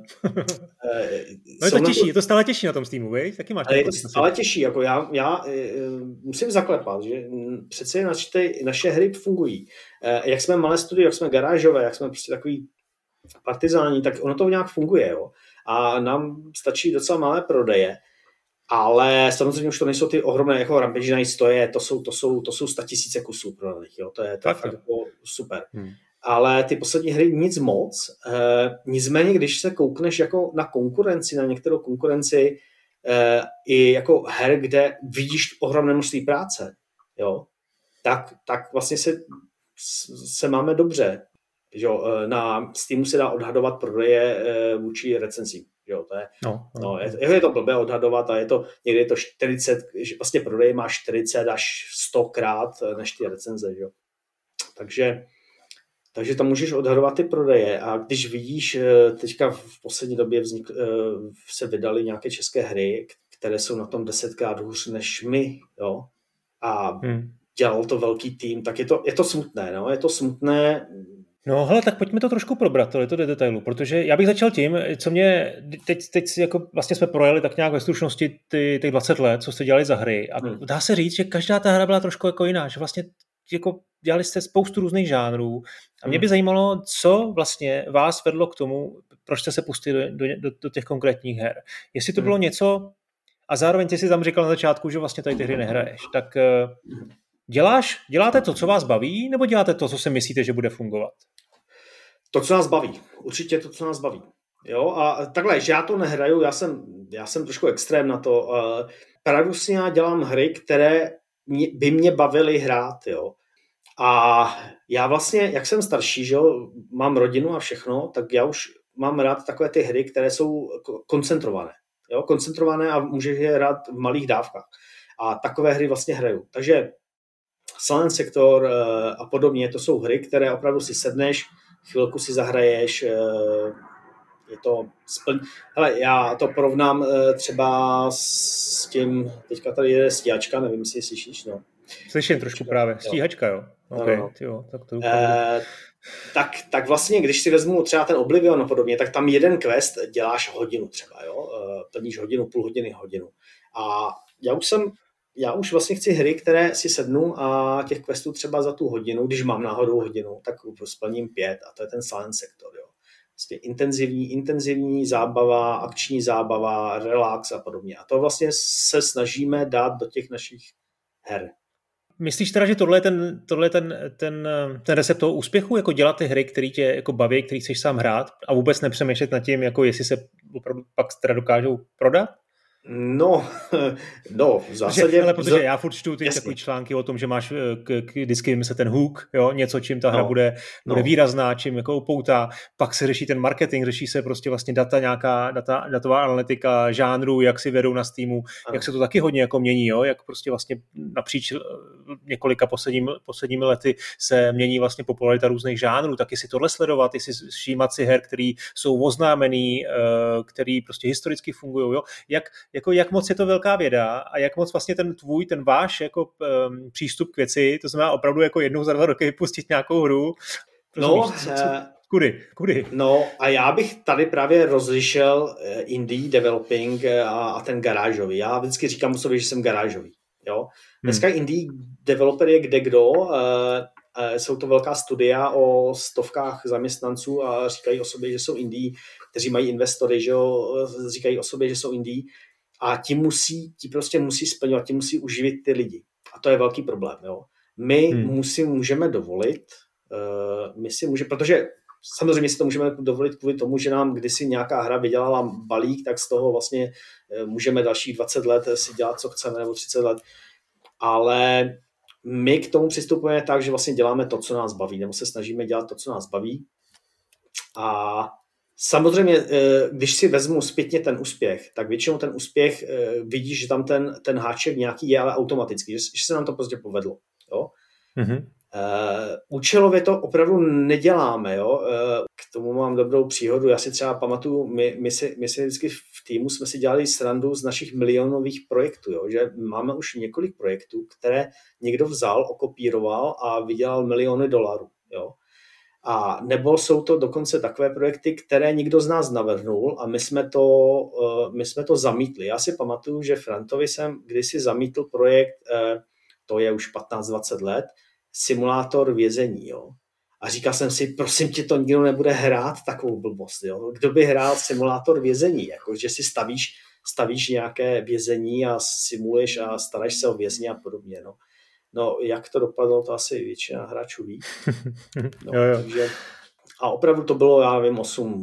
No je to těžší, to... je to stále těžší na tom Steamu, viď? Taky máš. Ale je to stále těžší, jako já, já musím zaklepat, že přece naše, naše hry fungují. Jak jsme malé studio, jak jsme garážové, jak jsme prostě takový partizáni, tak ono to nějak funguje, jo. A nám stačí docela malé prodeje, ale samozřejmě už to nejsou ty ohromné, jako Rampage Knights, to, je, to jsou, to jsou, to jsou statisíce kusů prodaných, jo, to je, to je fakt jako super. Hmm. Ale ty poslední hry nic moc, e, nicméně, když se koukneš jako na konkurenci, na některou konkurenci, e, i jako her, kde vidíš ohromné množství práce, jo, tak, tak vlastně se, se máme dobře. Jo, na Steamu se dá odhadovat prodeje vůči recenzím. Jo, to je, no, no. No, je, je to blbé odhadovat a je to někdy je to čtyřicet, vlastně prodeje má čtyřicet až sto krát než ty recenze. Jo. Takže, takže tam můžeš odhadovat ty prodeje a když vidíš, teďka v poslední době vznik, se vydaly nějaké české hry, které jsou na tom desetkrát hůř než my, jo, a hmm. dělal to velký tým, tak je to, je to smutné, no, je to smutné. No hele, tak pojďme to trošku probrat, to je to do detailu, protože já bych začal tím, co mě, teď, teď si jako vlastně jsme projeli tak nějak ve stručnosti ty, těch dvacet let, co jste dělali za hry a hmm. dá se říct, že každá ta hra byla trošku jako jiná, že vlastně jako dělali jste spoustu různých žánrů a mě by zajímalo, co vlastně vás vedlo k tomu, proč jste se pustili do, do, do těch konkrétních her. Jestli to bylo hmm. něco, a zároveň ty si tam říkal na začátku, že vlastně tady ty hry nehraješ, tak děláš, děláte to, co vás baví, nebo děláte to, co si myslíte, že bude fungovat? To, co nás baví. Určitě to, co nás baví. Jo, a takhle, že já to nehraju, já jsem, já jsem trošku extrém na to. Paradoxně já dělám hry, které by mě bavily hrát, jo. A já vlastně, jak jsem starší, že jo, mám rodinu a všechno, tak já už mám rád takové ty hry, které jsou koncentrované. Jo, koncentrované a můžeš je hrát v malých dávkách. A takové hry vlastně hraju. Takže Silent Sector a podobně, to jsou hry, které opravdu si sedneš, chvilku si zahraješ, je to splň... Hele, já to porovnám třeba s tím, teďka tady je stíhačka, nevím, jestli slyšíš, no. Slyším trošku právě, stíhačka, jo. Okay, no, no. Jo, tak, to e, tak, tak vlastně, když si vezmu třeba ten Oblivion a podobně, tak tam jeden quest děláš hodinu třeba, jo, plníš hodinu, půl hodiny, hodinu. A já už jsem Já už vlastně chci hry, které si sednu a těch questů třeba za tu hodinu, když mám náhodou hodinu, tak splním pět a to je ten Silent Sector. Jo. Vlastně intenzivní, intenzivní zábava, akční zábava, relax a podobně. A to vlastně se snažíme dát do těch našich her. Myslíš teda, že tohle je ten, tohle je ten, ten, ten recept toho úspěchu, jako dělat ty hry, které tě jako baví, které chceš sám hrát a vůbec nepřemýšlet nad tím, jako jestli se opravdu pak teda dokážou prodat? No, no, v zásadě... Ale protože já furt čtu ty takový články o tom, že máš k, k vždycky se ten hook, jo, něco, čím ta hra no, bude, bude no. výrazná, čím jako upoutá, pak se řeší ten marketing, řeší se prostě vlastně data, nějaká data, datová analytika žánru, jak si vedou na Steamu, ano. jak se to taky hodně jako mění, jo, jak prostě vlastně napříč několika posledními, posledními lety se mění vlastně popularita různých žánrů, taky si tohle sledovat, jestli všímat si her, který jsou oznámený, který prostě historicky fungují, jo, jak Jako jak moc je to velká věda a jak moc vlastně ten tvůj, ten váš jako um, přístup k věci, to znamená opravdu jako jednou za dva roky vypustit nějakou hru. No, co, co, kudy, kudy? No a já bych tady právě rozlišil indie developing a, a ten garážový. Já vždycky říkám o sobě, že jsem garážový. Jo? Dneska hmm. indie developer je kde kdo, uh, uh, jsou to velká studia o stovkách zaměstnanců a říkají o sobě, že jsou indie, kteří mají investory, že jo, říkají o sobě, že jsou indie. A ti musí, ti prostě musí splňovat, ti musí uživit ty lidi. A to je velký problém, jo. My hmm. musí, můžeme dovolit, uh, my si můžeme, protože samozřejmě si to můžeme dovolit kvůli tomu, že nám kdysi nějaká hra vydělala balík, tak z toho vlastně můžeme dalších dvacet let si dělat, co chceme, nebo třicet let. Ale my k tomu přistupujeme tak, že vlastně děláme to, co nás baví, nebo se snažíme dělat to, co nás baví. A samozřejmě, když si vezmu zpětně ten úspěch, tak většinou ten úspěch vidíš, že tam ten, ten háček nějaký je, ale automaticky, že, že se nám to prostě povedlo. Jo? Mm-hmm. Uh, účelově to opravdu neděláme. Jo? Uh, k tomu mám dobrou příhodu. Já si třeba pamatuju, my, my, si, my si vždycky v týmu jsme si dělali srandu z našich milionových projektů. Jo? Že máme už několik projektů, které někdo vzal, okopíroval a vydělal miliony dolarů. Jo? A nebo jsou to dokonce takové projekty, které nikdo z nás navrhnul a my jsme to, uh, my jsme to zamítli. Já si pamatuju, že Frantovi jsem kdysi zamítl projekt, uh, to je už patnáct dvacet let, simulátor vězení, jo. A říkal jsem si, prosím tě, to nikdo nebude hrát takovou blbost, jo. Kdo by hrál simulátor vězení, jako, že si stavíš, stavíš nějaké vězení a simuluješ a staráš se o vězně a podobně, no. No, jak to dopadlo, to asi většina hráčů ví. No, jo, jo. Takže, a opravdu to bylo, já vím,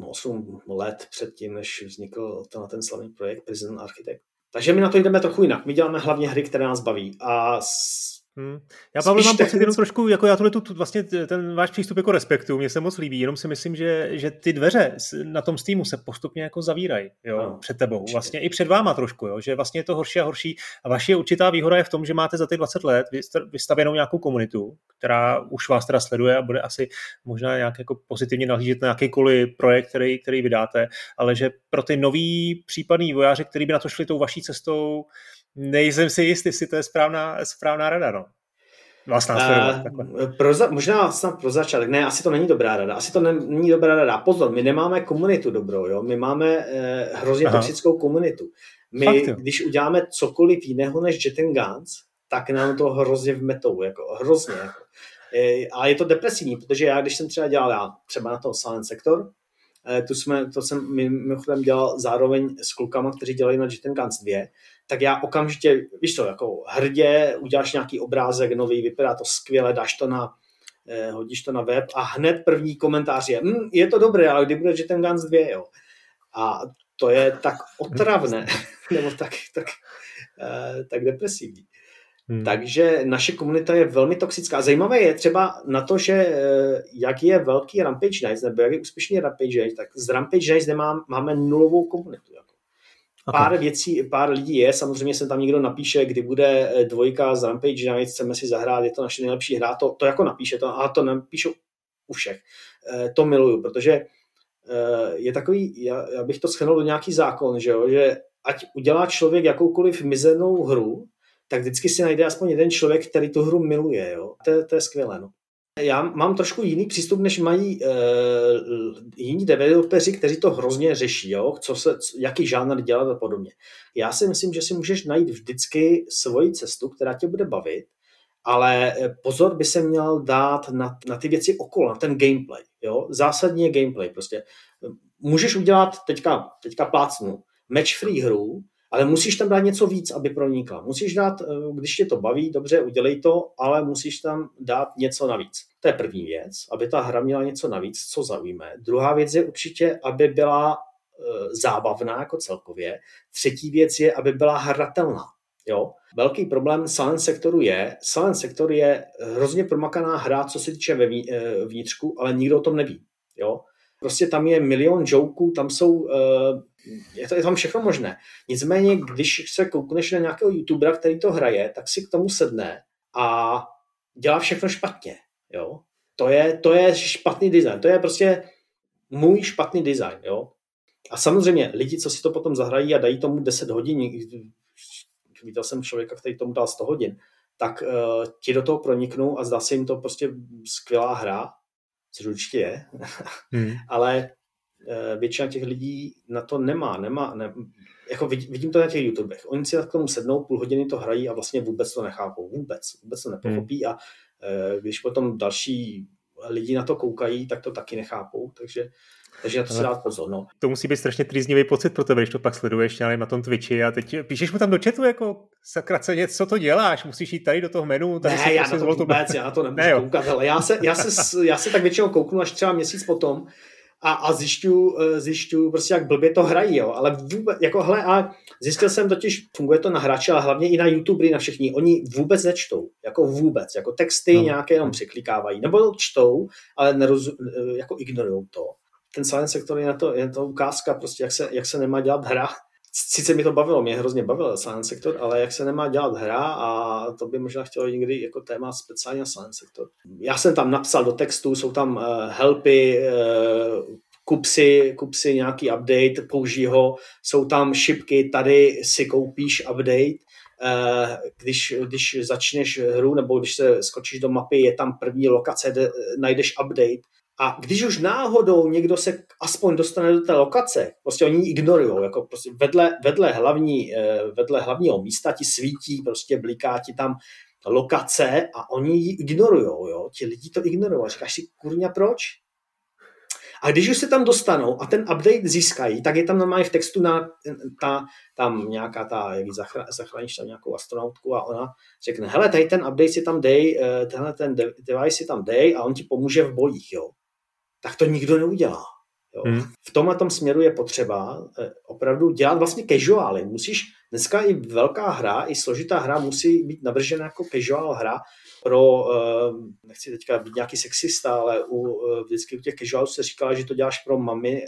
osm let předtím, než vznikl ten, ten slavný projekt Prison Architect. Takže my na to jdeme trochu jinak. My děláme hlavně hry, které nás baví. A Hmm. Já, Pavle, mám pocit jenom trošku, jako já tohle tu, vlastně ten váš přístup jako respektu, mně se moc líbí, jenom si myslím, že, že ty dveře na tom Steamu se postupně jako zavírají, jo, no, před tebou, určitě. Vlastně i před váma trošku, jo, že vlastně je to horší a horší a vaše určitá výhoda je v tom, že máte za ty dvacet let vystavěnou nějakou komunitu, která už vás teda sleduje a bude asi možná nějak jako pozitivně nahlížet na jakýkoliv projekt, který, který vydáte, ale že pro ty nový případný vojáři, kteří by na to šli tou vaší cestou, nejsem si jistý, jestli to je správná, správná rada, no. Vás následovat, uh, pro za, možná snad pro začátek. Ne, asi to není dobrá rada. Asi to není dobrá rada. Pozor, my nemáme komunitu dobrou, jo. My máme eh, hrozně Aha. toxickou komunitu. My, Fakt, když uděláme cokoliv jiného než Jet and Guns, tak nám to hrozně vmetou, jako hrozně. Jako. E, a je to depresivní, protože já, když jsem třeba dělal já, třeba na to Silent Sector, e, tu jsme, to jsem mimochodem dělal zároveň s klukama, kteří dělali na Jet and Guns dva, tak já okamžitě, víš co, jako hrdě uděláš nějaký obrázek nový, vypadá to skvěle, dáš to na, eh, hodíš to na web a hned první komentář je, hm, je to dobré, ale kdy bude Jet and Guns dva, jo. A to je tak otravné, nebo tak, tak, eh, tak depresivní. Hmm. Takže naše komunita je velmi toxická. Zajímavé je třeba na to, že eh, jak je velký Rampage Nights, nebo jak je úspěšný Rampage Nights, tak z Rampage Nights nemám, máme nulovou komunitu. Jako. Okay. Pár věcí, pár lidí je, samozřejmě se tam někdo napíše, kdy bude dvojka z Rampage Nights, chceme si zahrát, je to naše nejlepší hra, to, to jako napíše, to, ale to napíšu u všech. E, to miluju, protože e, je takový, já, já bych to shrnul do nějaký zákon, že, jo, že ať udělá člověk jakoukoliv mizernou hru, tak vždycky si najde aspoň jeden člověk, který tu hru miluje. Jo. To, to je skvělé. No. Já mám trošku jiný přístup, než mají uh, jiní developeři, kteří to hrozně řeší, jo? Co se, jaký žánr dělat a podobně. Já si myslím, že si můžeš najít vždycky svoji cestu, která tě bude bavit, ale pozor by se měl dát na, na ty věci okolo, na ten gameplay. Jo? Zásadně gameplay. Prostě. Můžeš udělat, teďka, teďka plácnu, match-free hru, ale musíš tam dát něco víc, aby pronikla. Musíš dát, když tě to baví, dobře, udělej to, ale musíš tam dát něco navíc. To je první věc, aby ta hra měla něco navíc, co zaujme. Druhá věc je určitě, aby byla e, zábavná jako celkově. Třetí věc je, aby byla hratelná. Jo? Velký problém Silent Sectoru je, Silent Sector je hrozně promakaná hra, co se týče vnitřku, ale nikdo o tom neví. Jo? Prostě tam je milion joků, tam jsou, je, to, je tam všechno možné. Nicméně, když se koukneš na nějakého youtubera, který to hraje, tak si k tomu sedne a dělá všechno špatně. Jo? To je, to je špatný design. To je prostě můj špatný design. Jo? A samozřejmě lidi, co si to potom zahrají a dají tomu deset hodin, viděl jsem člověka, který tomu dal sto hodin, tak uh, ti do toho proniknou a zdá se jim to prostě skvělá hra, což určitě je, hmm. ale uh, většina těch lidí na to nemá, nemá ne, jako vidím to na těch YouTubech. Oni si k tomu sednou, půl hodiny to hrají a vlastně vůbec to nechápou, vůbec, vůbec to nepochopí hmm. a uh, když potom další lidi na to koukají, tak to taky nechápou, takže Takže na to si dát pozor, no. To musí být strašně trýznivý pocit pro tebe, když to pak sleduješ na tom Twitchi a teď píšeš mu tam do chatu jako sakrace, co to děláš, musíš jít tady do toho menu. Tady ne, já na to vůbec, to... já na to nemůžu ne, koukat, ale já se, já, se, já se tak většinou kouknu až třeba měsíc potom a, a zjišťuju, zjišťuju prostě, jak blbě to hrají, jo, ale vůbec, jako hele, a zjistil jsem totiž, funguje to na hráče, ale hlavně i na YouTubery, na všichni, oni vůbec nečtou, jako vůbec, jako texty no. nějaké jenom překlikávají, nebo čtou, ale neroz, jako ignorujou to. Ten Silent Sector je na to, je to ukázka, prostě jak se, jak se nemá dělat hra. Sice mi to bavilo, mě hrozně bavil Silent Sector, ale jak se nemá dělat hra a to by možná chtělo někdy jako téma speciálně na Silent Sector. Já jsem tam napsal do textu, jsou tam uh, helpy, uh, kup si, kup si nějaký update, použij ho, jsou tam šipky, tady si koupíš update, uh, když, když začneš hru nebo když se skočíš do mapy, je tam první lokace, kde najdeš update. A když už náhodou někdo se aspoň dostane do té lokace, prostě oni ji ignorujou, jako prostě vedle, vedle, hlavní, vedle hlavního místa ti svítí, prostě bliká ti tam lokace a oni ji ignorujou, jo, ti lidi to ignorují. A říkáš si, kurňa, proč? A když už se tam dostanou a ten update získají, tak je tam normálně v textu na, ta, tam nějaká ta, jak zachráníš tam nějakou astronautku a ona řekne, hele, tady ten update si tam dej, tenhle ten device si tam dej a on ti pomůže v bojích, jo. Tak to nikdo neudělá. Jo. Hmm. V tomhle tom směru je potřeba opravdu dělat vlastně casuály. Musíš, dneska i velká hra, i složitá hra musí být navržena jako casual hra pro, nechci teďka být nějaký sexista, ale u, vždycky u těch casualů se říkala, že to děláš pro mami,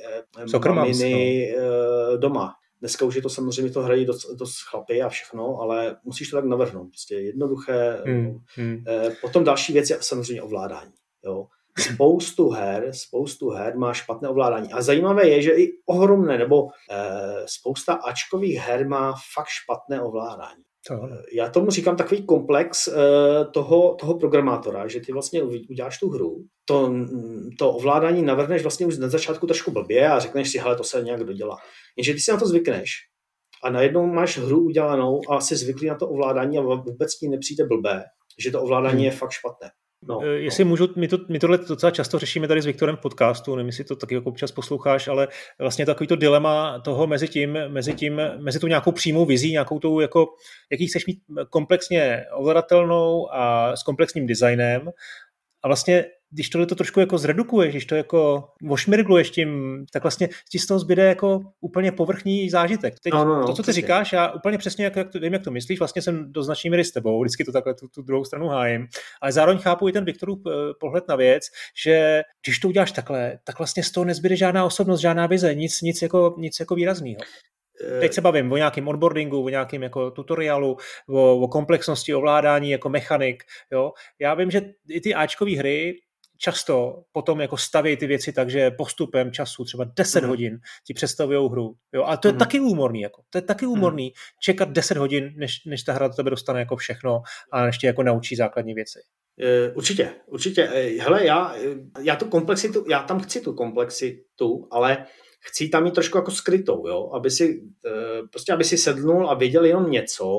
maminy no. doma. Dneska už je to samozřejmě, to hrají dost, dost chlapy a všechno, ale musíš to tak navrhnout. Prostě jednoduché. Hmm. Hmm. Potom další věc je samozřejmě ovládání. Jo. Spoustu her, spoustu her má špatné ovládání. A zajímavé je, že i ohromné, nebo e, spousta ačkových her má fakt špatné ovládání. Tohle. Já tomu říkám takový komplex e, toho, toho programátora, že ty vlastně uděláš tu hru, to, to ovládání navrhneš vlastně už na začátku trošku blbě a řekneš si, hele, to se nějak dodělá. Jenže ty si na to zvykneš a najednou máš hru udělanou a jsi zvyklý na to ovládání a vůbec ti nepřijde blbé, že to ovládání hmm. je fakt špatné. No, Jestli no. můžu, my, to, my tohle docela často řešíme tady s Viktorem v podcastu, nevím, jestli to taky jako občas posloucháš, ale vlastně takový to dilema toho mezi tím, mezi tím, mezi tou nějakou přímou vizí, nějakou tou, jako, jaký chceš mít komplexně ovladatelnou a s komplexním designem a vlastně když tohle to trošku jako zredukuješ, když to jako ošmirgluješ tím, tak vlastně ti z toho zbyde jako úplně povrchní zážitek. Teď no, no, no, to, co ty přesně říkáš, já úplně přesně jak, jak to, vím, jak to myslíš, vlastně jsem do značné míry s tebou, vždycky to takhle tu, tu druhou stranu hájím, ale zároveň chápu i ten Viktorův pohled na věc, že když to uděláš takhle, tak vlastně z toho nezbyde žádná osobnost, žádná vize, nic, nic jako, nic jako výraznýho. Teď se bavím o nějakém onboardingu, o nějakém jako tutoriálu, o, o komplexnosti ovládání jako mechanik. Jo? Já vím, že i ty áčkové hry často potom jako stavějí ty věci tak, že postupem času, třeba deset mm. hodin, ti představujou hru. Jo? A to je mm. taky úmorný. Jako. To je taky úmorný mm. čekat deset hodin, než, než ta hra do tebe dostane jako všechno a než tě jako naučí základní věci. Určitě, určitě. Hele, já, já tu komplexitu, já tam chci tu komplexitu, ale chci tam mít trošku jako skrytou, jo? Aby si, prostě aby si sednul a věděl jenom něco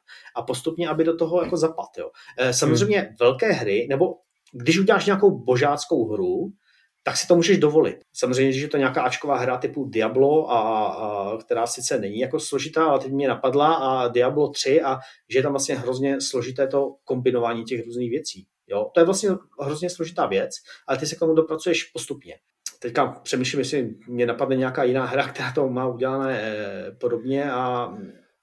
a postupně, aby do toho jako zapad, jo. Samozřejmě hmm. velké hry, nebo když uděláš nějakou božáckou hru, tak si to můžeš dovolit. Samozřejmě, že je to nějaká áčková hra typu Diablo, a, a, která sice není jako složitá, ale teď mě napadla, a Diablo tři, a že je tam vlastně hrozně složité to kombinování těch různých věcí. Jo? To je vlastně hrozně složitá věc, ale ty se k tomu dopracuješ postupně. Teďka přemýšlím, jestli mě napadne nějaká jiná hra, která to má udělané eh, podobně. A...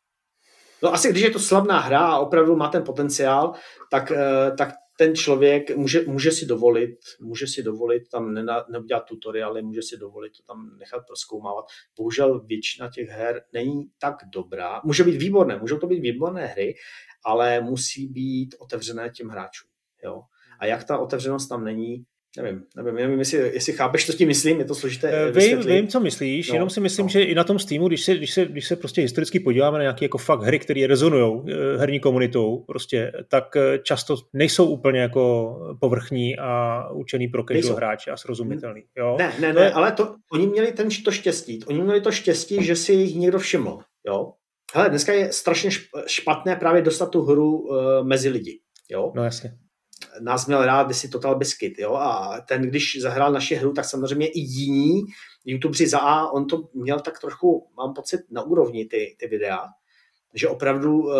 No asi když je to slavná hra a opravdu má ten potenciál, tak, eh, tak ten člověk může, může si dovolit, může si dovolit tam neudělat tutoriály, může si dovolit to tam nechat prozkoumávat. Bohužel většina těch her není tak dobrá. Může být výborné, můžou to být výborné hry, ale musí být otevřené těm hráčům. Jo? A jak ta otevřenost tam není, nevím, nevím, nevím jestli, jestli chápeš, co tím myslím, je to složité. Vím, vím, co myslíš, no, jenom si myslím, no. že i na tom Steamu, když se, když se, když se prostě historicky podíváme na nějaké jako fakt hry, které rezonujou herní komunitou, prostě, tak často nejsou úplně jako povrchní a určený pro casual hráče a srozumitelný. Jo? Ne, ne, ne, ale to, oni měli ten, to štěstí, oni měli to štěstí, že si jich někdo všiml, jo. Hele, dneska je strašně špatné právě dostat tu hru uh, mezi lidi, jo. No jasně. nás měl rád kdysi Total Biscuit, jo, a ten, když zahrál naši hru, tak samozřejmě i jiní YouTubři za A, on to měl tak trochu, mám pocit, na úrovni ty, ty videa, že opravdu uh,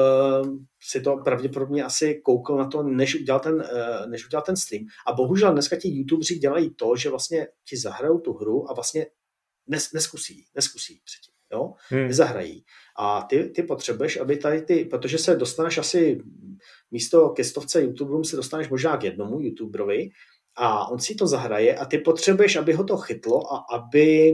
si to pravděpodobně asi koukal na to, než udělal ten, uh, než udělal ten stream. A bohužel dneska ti YouTubři dělají to, že vlastně ti zahrajou tu hru a vlastně nes, neskusí, neskusí předtím, jo, hmm. nezahrají. A ty, ty potřebuješ, aby tady ty, protože se dostaneš asi místo ke stovce YouTuberům se dostaneš možná k jednomu YouTuberovi a on si to zahraje a ty potřebuješ, aby ho to chytlo a aby,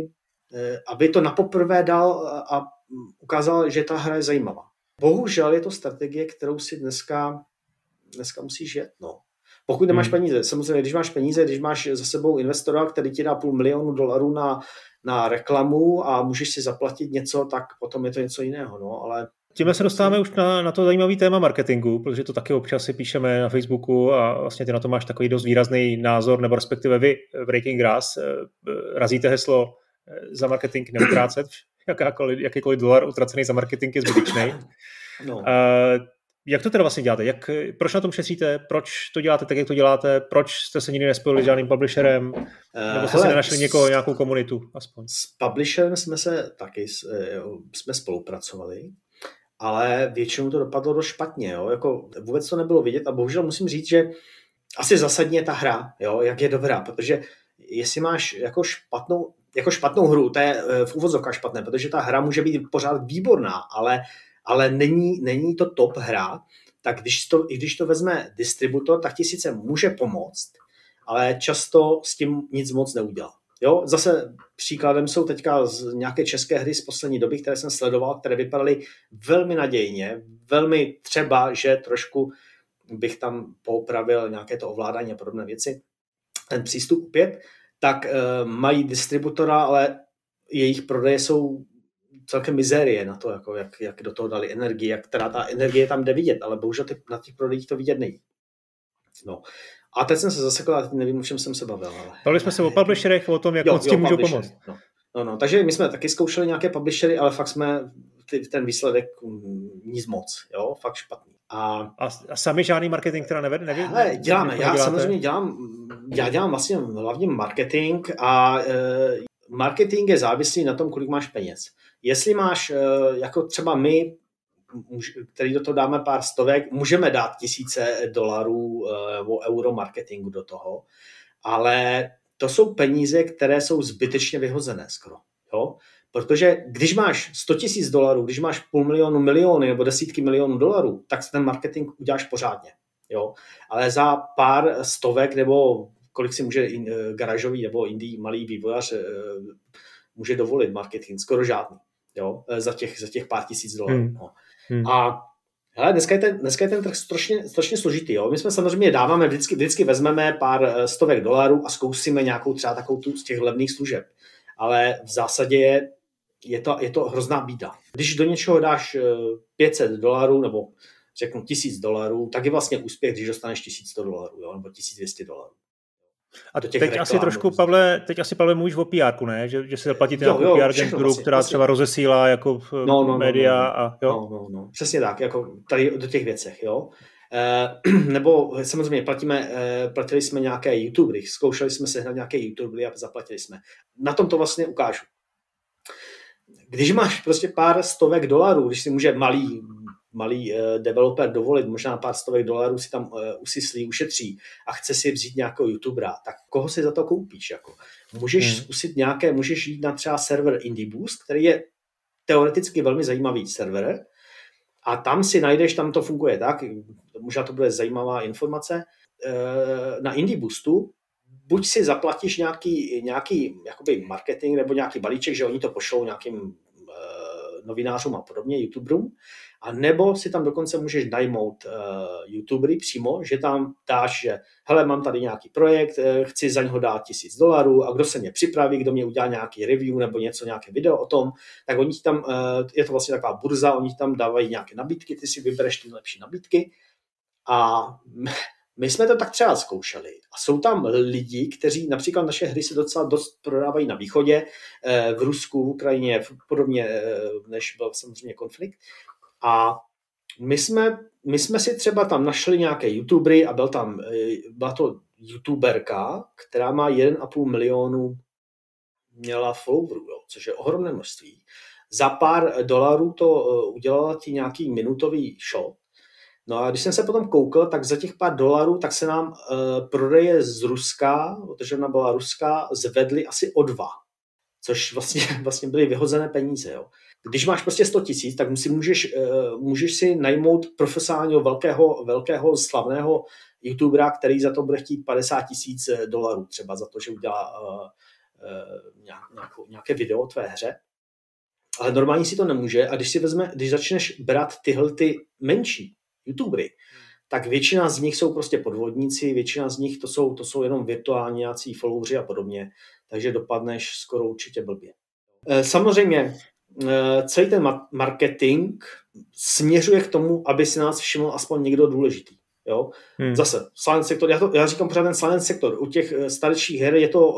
aby to napoprvé dal a ukázal, že ta hra je zajímavá. Bohužel je to strategie, kterou si dneska, dneska musíš jet. No. Pokud nemáš hmm. peníze, samozřejmě, když máš peníze, když máš za sebou investora, který ti dá půl milionu dolarů na, na reklamu a můžeš si zaplatit něco, tak potom je to něco jiného. No, ale Tímhle se dostáváme už na, na to zajímavý téma marketingu, protože to taky občas si píšeme na Facebooku a vlastně ty na to máš takový dost výrazný názor, nebo respektive vy, Breaking Grass, razíte heslo za marketing neutrácet, jakákoliv, jakýkoliv dolar utracený za marketing je zbytečný. No. Uh, jak to teda vlastně děláte? Jak, proč na tom šetříte? Proč to děláte tak, jak to děláte? Proč jste se nikdy nespojili s žádným publisherem? Uh, Nebo jste hele, si nenašli někoho, nějakou komunitu? Aspoň. S publisherem jsme se taky jsme spolupracovali, ale většinou to dopadlo dost špatně. Jo? Jako, vůbec to nebylo vidět a bohužel musím říct, že asi zásadně je ta hra, jo? Jak je dobrá, protože jestli máš jako špatnou, jako špatnou hru, to je v úvodzovkách špatné, protože ta hra může být pořád výborná, ale, ale není, není to top hra, tak když to, i když to vezme distributor, tak ti sice může pomoct, ale často s tím nic moc neudělá. Jo, zase příkladem jsou teďka z nějaké české hry z poslední doby, které jsem sledoval, které vypadaly velmi nadějně, velmi třeba, že trošku bych tam poupravil nějaké to ovládání a podobné věci. Ten přístup opět, tak e, mají distributora, ale jejich prodeje jsou celkem mizérie na to, jako jak, jak do toho dali energii, jak teda ta energie tam jde vidět, ale bohužel ty, na těch prodejích to vidět není. No. A teď jsem se zasekl, a nevím, o čem jsem se bavil. Ale... Bavili jsme se o publisherech, o tom, jak jo, moc tím můžou pomoct. No. No, no, takže my jsme taky zkoušeli nějaké publishery, ale fakt jsme ty, ten výsledek nic moc, jo, fakt špatný. A, a, a sami žádný marketing teda nevede? Nevím, hele, děláme, já samozřejmě dělám, já dělám vlastně hlavně marketing a e, marketing je závislý na tom, kolik máš peněz. Jestli máš, e, jako třeba my, který do toho dáme pár stovek, můžeme dát tisíce dolarů nebo euro marketingu do toho, ale to jsou peníze, které jsou zbytečně vyhozené skoro. Jo? Protože když máš sto tisíc dolarů, když máš půl milionu, miliony nebo desítky milionů dolarů, tak ten marketing uděláš pořádně. Jo? Ale za pár stovek nebo kolik si může garážový nebo indie malý vývojář může dovolit marketing, skoro žádný. Jo? Za, těch, za těch pár tisíc dolarů. Hmm. No. Hmm. A hele, dneska, je ten, dneska je ten trh strašně, strašně složitý. Jo? My jsme samozřejmě dáváme, vždycky, vždycky vezmeme pár stovek dolarů a zkusíme nějakou třeba takovou tu z těch levných služeb. Ale v zásadě je, je, to, je to hrozná bída. Když do něčeho dáš pět set dolarů nebo řeknu tisíc dolarů, tak je vlastně úspěch, když dostaneš tisíc sto dolarů, jo? Nebo tisíc dvě stě dolarů. A teď reklam, asi trošku, Pavle, teď asi, Pavle, mluvíš o P R ku, ne? Že, že si zaplatíte nějakou P R agenturu, vlastně, která vlastně třeba rozesílá jako no, no, média. No, no, a jo? No, no, no. Přesně tak, jako tady do těch věcech, jo. E, nebo samozřejmě platíme, e, platili jsme nějaké youtubery, zkoušeli jsme sehnat nějaké youtubery a zaplatili jsme. Na tom to vlastně ukážu. Když máš prostě pár stovek dolarů, když si může malý malý uh, developer dovolit, možná pár stovek dolarů si tam uh, usyslí, ušetří a chce si vzít nějakého youtubera, tak koho si za to koupíš? Jako? Můžeš hmm. zkusit nějaké, můžeš jít na třeba server IndieBoost, který je teoreticky velmi zajímavý server a tam si najdeš, tam to funguje tak, možná to bude zajímavá informace, uh, na IndieBoostu buď si zaplatíš nějaký, nějaký jakoby marketing nebo nějaký balíček, že oni to pošlou nějakým uh, novinářům a podobně, youtuberům, a nebo si tam dokonce můžeš najmout uh, youtubery přímo, že tam dáš, že hele, mám tady nějaký projekt, uh, chci za něho dát tisíc dolarů a kdo se mě připraví, kdo mě udělá nějaký review nebo něco, nějaké video o tom, tak oni tam, uh, je to vlastně taková burza, oni tam dávají nějaké nabídky, ty si vybereš ty lepší nabídky a my jsme to tak třeba zkoušeli. A jsou tam lidi, kteří například naše hry se docela dost prodávají na východě, v Rusku, v Ukrajině, podobně, než byl samozřejmě konflikt. A my jsme my jsme si třeba tam našli nějaké youtubery a byl tam, byla to youtuberka, která má jeden a půl milionu měla followerů, jo, což je ohromné množství. Za pár dolarů to udělala ti nějaký minutový shot. No a když jsem se potom koukal, tak za těch pár dolarů, tak se nám uh, prodeje z Ruska, protože ona byla ruská, zvedly asi o dva. Což vlastně, vlastně byly vyhozené peníze. Jo. Když máš prostě sto tisíc, tak si můžeš, uh, můžeš si najmout profesionálního velkého, velkého slavného youtubera, který za to bude chtít padesát tisíc dolarů třeba za to, že udělá uh, uh, nějakou, nějaké video o tvé hře. Ale normálně si to nemůže a když si vezme, když začneš brát tyhle ty menší youtubery, tak většina z nich jsou prostě podvodníci, většina z nich to jsou, to jsou jenom virtuální nějací followři a podobně, takže dopadneš skoro určitě blbě. Samozřejmě celý ten marketing směřuje k tomu, aby si nás všiml aspoň někdo důležitý. Jo? Hmm. Zase, silent sektor, já, to, já říkám pořád ten silent sektor, u těch starších her je to,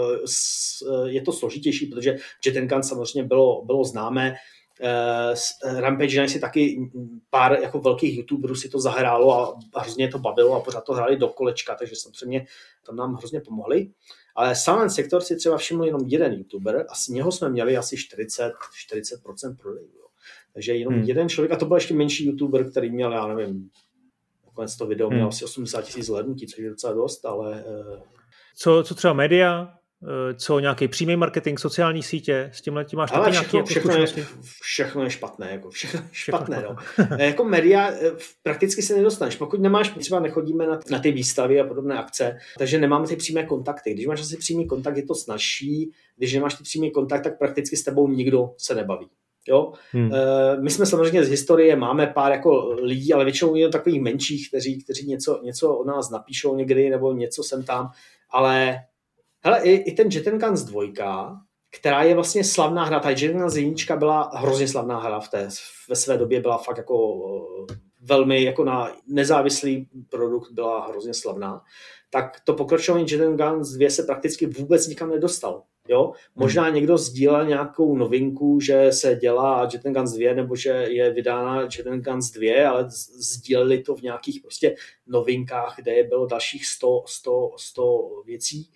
je to složitější, protože Jet and Gun samozřejmě bylo, bylo známé. Uh, Rampage si taky pár jako velkých youtuberů si to zahrálo a, a hrozně to bavilo a pořád to hráli do kolečka, takže samozřejmě tam nám hrozně pomohli. Ale Silent Sector si třeba všiml jenom jeden youtuber a z něho jsme měli asi čtyřicet procent prodejů. Takže jenom hmm. jeden člověk, a to byl ještě menší youtuber, který měl, já nevím, nakonec to video hmm. měl asi osmdesát tisíc zhlédnutí, což je docela dost, ale... Uh... Co, co třeba média? Co nějaký přímý marketing, sociální sítě, s tímhle tím máš taky všechno, nějaké všechno, je, všechno je špatné, jako všechno je špatné. Všechno no. Jako média prakticky se nedostaneš, pokud nemáš, třeba nechodíme na, na ty výstavy a podobné akce, takže nemáme ty přímé kontakty. Když máš asi přímý kontakt, je to snazší, když nemáš ty přímý kontakt, tak prakticky s tebou nikdo se nebaví. Jo? Hmm. My jsme samozřejmě z historie, máme pár jako lidí, ale většinou je takových menších, kteří, kteří něco, něco o nás napíšou někdy, nebo něco sem tam, ale hele, i, i ten Jet and Guns dva, která je vlastně slavná hra, ta Jet and Guns jedna byla hrozně slavná hra v té, ve své době byla fakt jako velmi jako na nezávislý produkt byla hrozně slavná, tak to pokračování Jet and Guns dva se prakticky vůbec nikam nedostalo. Jo? Možná hmm. někdo sdílel nějakou novinku, že se dělá Jet and Guns dva nebo že je vydána Jet and Guns dva, ale sdíleli to v nějakých prostě novinkách, kde bylo dalších sto, sto, sto věcí.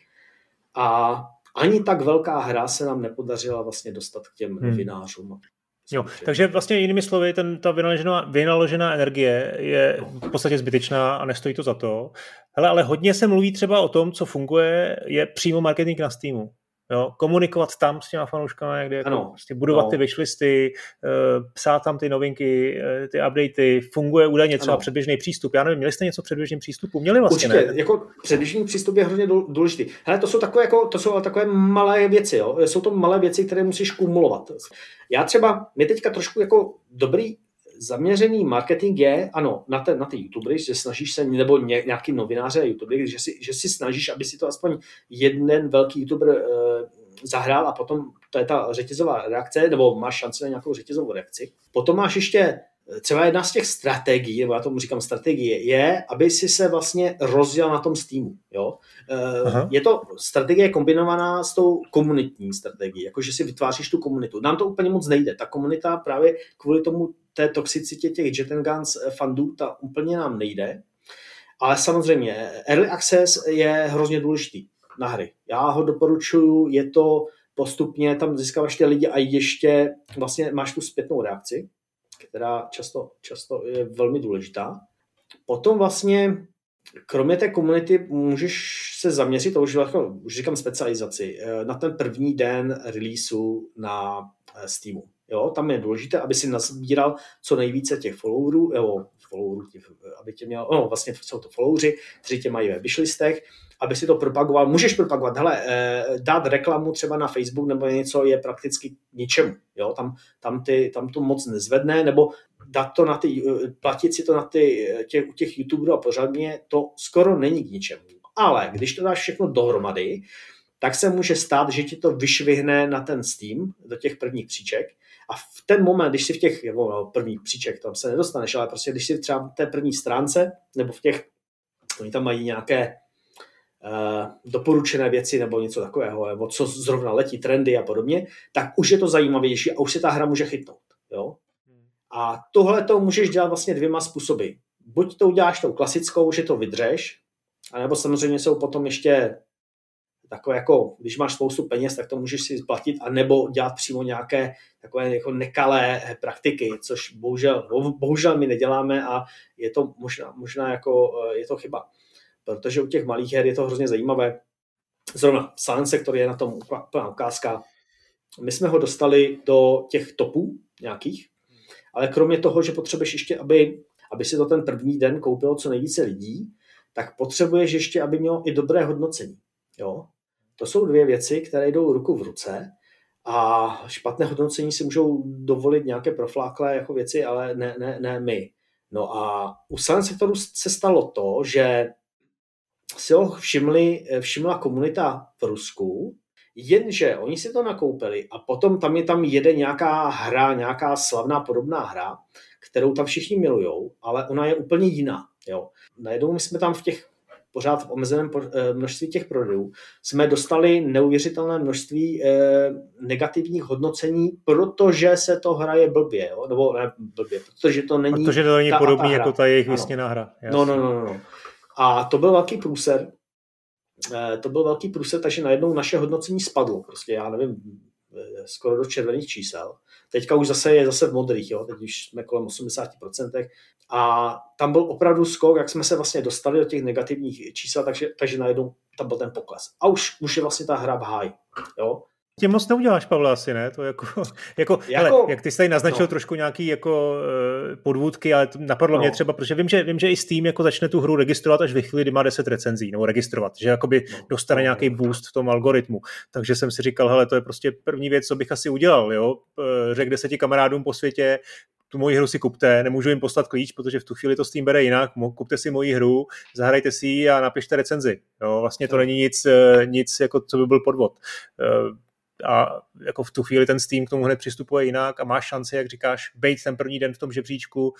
A ani tak velká hra se nám nepodařila vlastně dostat k těm hmm. novinářům. Jo, takže vlastně jinými slovy, ten, ta vynaložená, vynaložená energie je v podstatě zbytečná a nestojí to za to. Hele, ale hodně se mluví třeba o tom, co funguje, je přímo marketing na Steamu. Jo, komunikovat tam s těma fanouškama, kde jako prostě budovat no. ty wishlisty, psát tam ty novinky, ty updaty, funguje údajně třeba ano. předběžný přístup. Já nevím, měli jste něco předběžným přístupu? Měli vlastně, určitě, ne? Jako předběžný přístup je hrozně důležitý. Hele, to jsou takové, jako, to jsou takové malé věci, jo? Jsou to malé věci, které musíš kumulovat. Já třeba, mě teďka trošku jako dobrý zaměřený marketing je, ano, na, te, na ty youtubery, že snažíš se, nebo ně, nějaký novináře a youtubery, že si, že si snažíš, aby si to aspoň jeden velký youtuber uh, zahrál a potom to je ta řetězová reakce, nebo máš šanci na nějakou řetězovou reakci. Potom máš ještě třeba jedna z těch strategií, nebo já tomu říkám strategie, je, aby si se vlastně rozjel na tom Steamu. Jo? Uh, je to strategie kombinovaná s tou komunitní strategií, jakože si vytváříš tu komunitu. Nám to úplně moc nejde. Ta komunita právě kvůli tomu té toxicitě těch Jet and Guns fandů, ta úplně nám nejde. Ale samozřejmě Early Access je hrozně důležitý na hry. Já ho doporučuji, je to postupně, tam získáváš ty lidi a ještě vlastně máš tu zpětnou reakci, která často, často je velmi důležitá. Potom vlastně, kromě té komunity, můžeš se zaměřit, to už, jako, už říkám specializaci, na ten první den releaseu na Steamu. Jo, tam je důležité, aby si nazbíral co nejvíce těch followerů, jo, followerů těch, aby tě měl, no, vlastně jsou to followři, kteří tě mají ve wishlistech, aby si to propagoval. Můžeš propagovat, hele, eh, dát reklamu třeba na Facebook nebo něco je prakticky ničemu, jo, tam, tam, ty, tam to moc nezvedne, nebo dát to na ty, platit si to na ty, těch, u těch youtuberů a pořádně, to skoro není k ničemu. Ale když to dáš všechno dohromady, tak se může stát, že ti to vyšvihne na ten Steam do těch prvních příček. A v ten moment, když si v těch jako prvních příček, tam se nedostaneš, ale prostě když si třeba v té první stránce, nebo v těch, oni tam mají nějaké uh, doporučené věci, nebo něco takového, nebo co zrovna letí, trendy a podobně, tak už je to zajímavější a už se ta hra může chytnout. Jo? A tohle to můžeš dělat vlastně dvěma způsoby. Buď to uděláš tou klasickou, že to vydřeš, anebo samozřejmě jsou potom ještě takové jako, když máš spoustu peněz, tak to můžeš si splatit, anebo dělat přímo nějaké takové jako nekalé praktiky, což bohužel, bohužel my neděláme a je to možná, možná jako, je to chyba. Protože u těch malých her je to hrozně zajímavé. Zrovna Silent Sector je na tom úplná ukázka. My jsme ho dostali do těch topů nějakých, ale kromě toho, že potřebuješ ještě, aby, aby si to ten první den koupilo co nejvíce lidí, tak potřebuješ ještě, aby mělo i dobré hodnocení. Jo? To jsou dvě věci, které jdou ruku v ruce a špatné hodnocení si můžou dovolit nějaké profláklé jako věci, ale ne, ne, ne my. No a u Silent Sectoru se stalo to, že si ho všimli, všimla komunita v Rusku, jenže oni si to nakoupili a potom tam je tam jede nějaká hra, nějaká slavná podobná hra, kterou tam všichni milujou, ale ona je úplně jiná. Jo. Najednou my jsme tam v těch pořád v omezeném množství těch prodejů jsme dostali neuvěřitelné množství eh, negativních hodnocení, protože se to hraje blbě, jo? Nebo ne blbě, protože to není protože to není ta, podobný ta jako ta jejich vysněná hra. No, no, no, no. A to byl velký průser. Eh, to byl velký průser, takže najednou naše hodnocení spadlo. Prostě já nevím, skoro do červených čísel. Teďka už zase je zase v modrých, jo? Teď už jsme kolem osmdesát procent. A tam byl opravdu skok, jak jsme se vlastně dostali do těch negativních čísel, takže, takže najednou tam byl ten pokles. A už, už je vlastně ta hra v háji. Jo? Tím moc neuděláš, Pavle, asi, ne? To jako, jako, jako hele, jak ty jsi tady naznačil no. trošku nějaký jako podvůdky, ale to napadlo no. mě třeba, protože vím, že, vím, že i Steam jako začne tu hru registrovat až ve chvíli, kdy má deset recenzí, nebo registrovat, že jakoby no. dostane no. nějaký boost v tom algoritmu. Takže jsem si říkal, hele, to je prostě první věc, co bych asi udělal, jo? Řekl deseti kamarádům po světě, tu moji hru si kupte, nemůžu jim poslat klíč, protože v tu chvíli to Steam bere jinak, kupte si moji hru, zahrajte si ji a napište recenzi. Jo? Vlastně to no. není nic, nic jako co by byl podvod. A jako v tu chvíli ten Steam k tomu hned přistupuje jinak a máš šanci, jak říkáš, bejt ten první den v tom žebříčku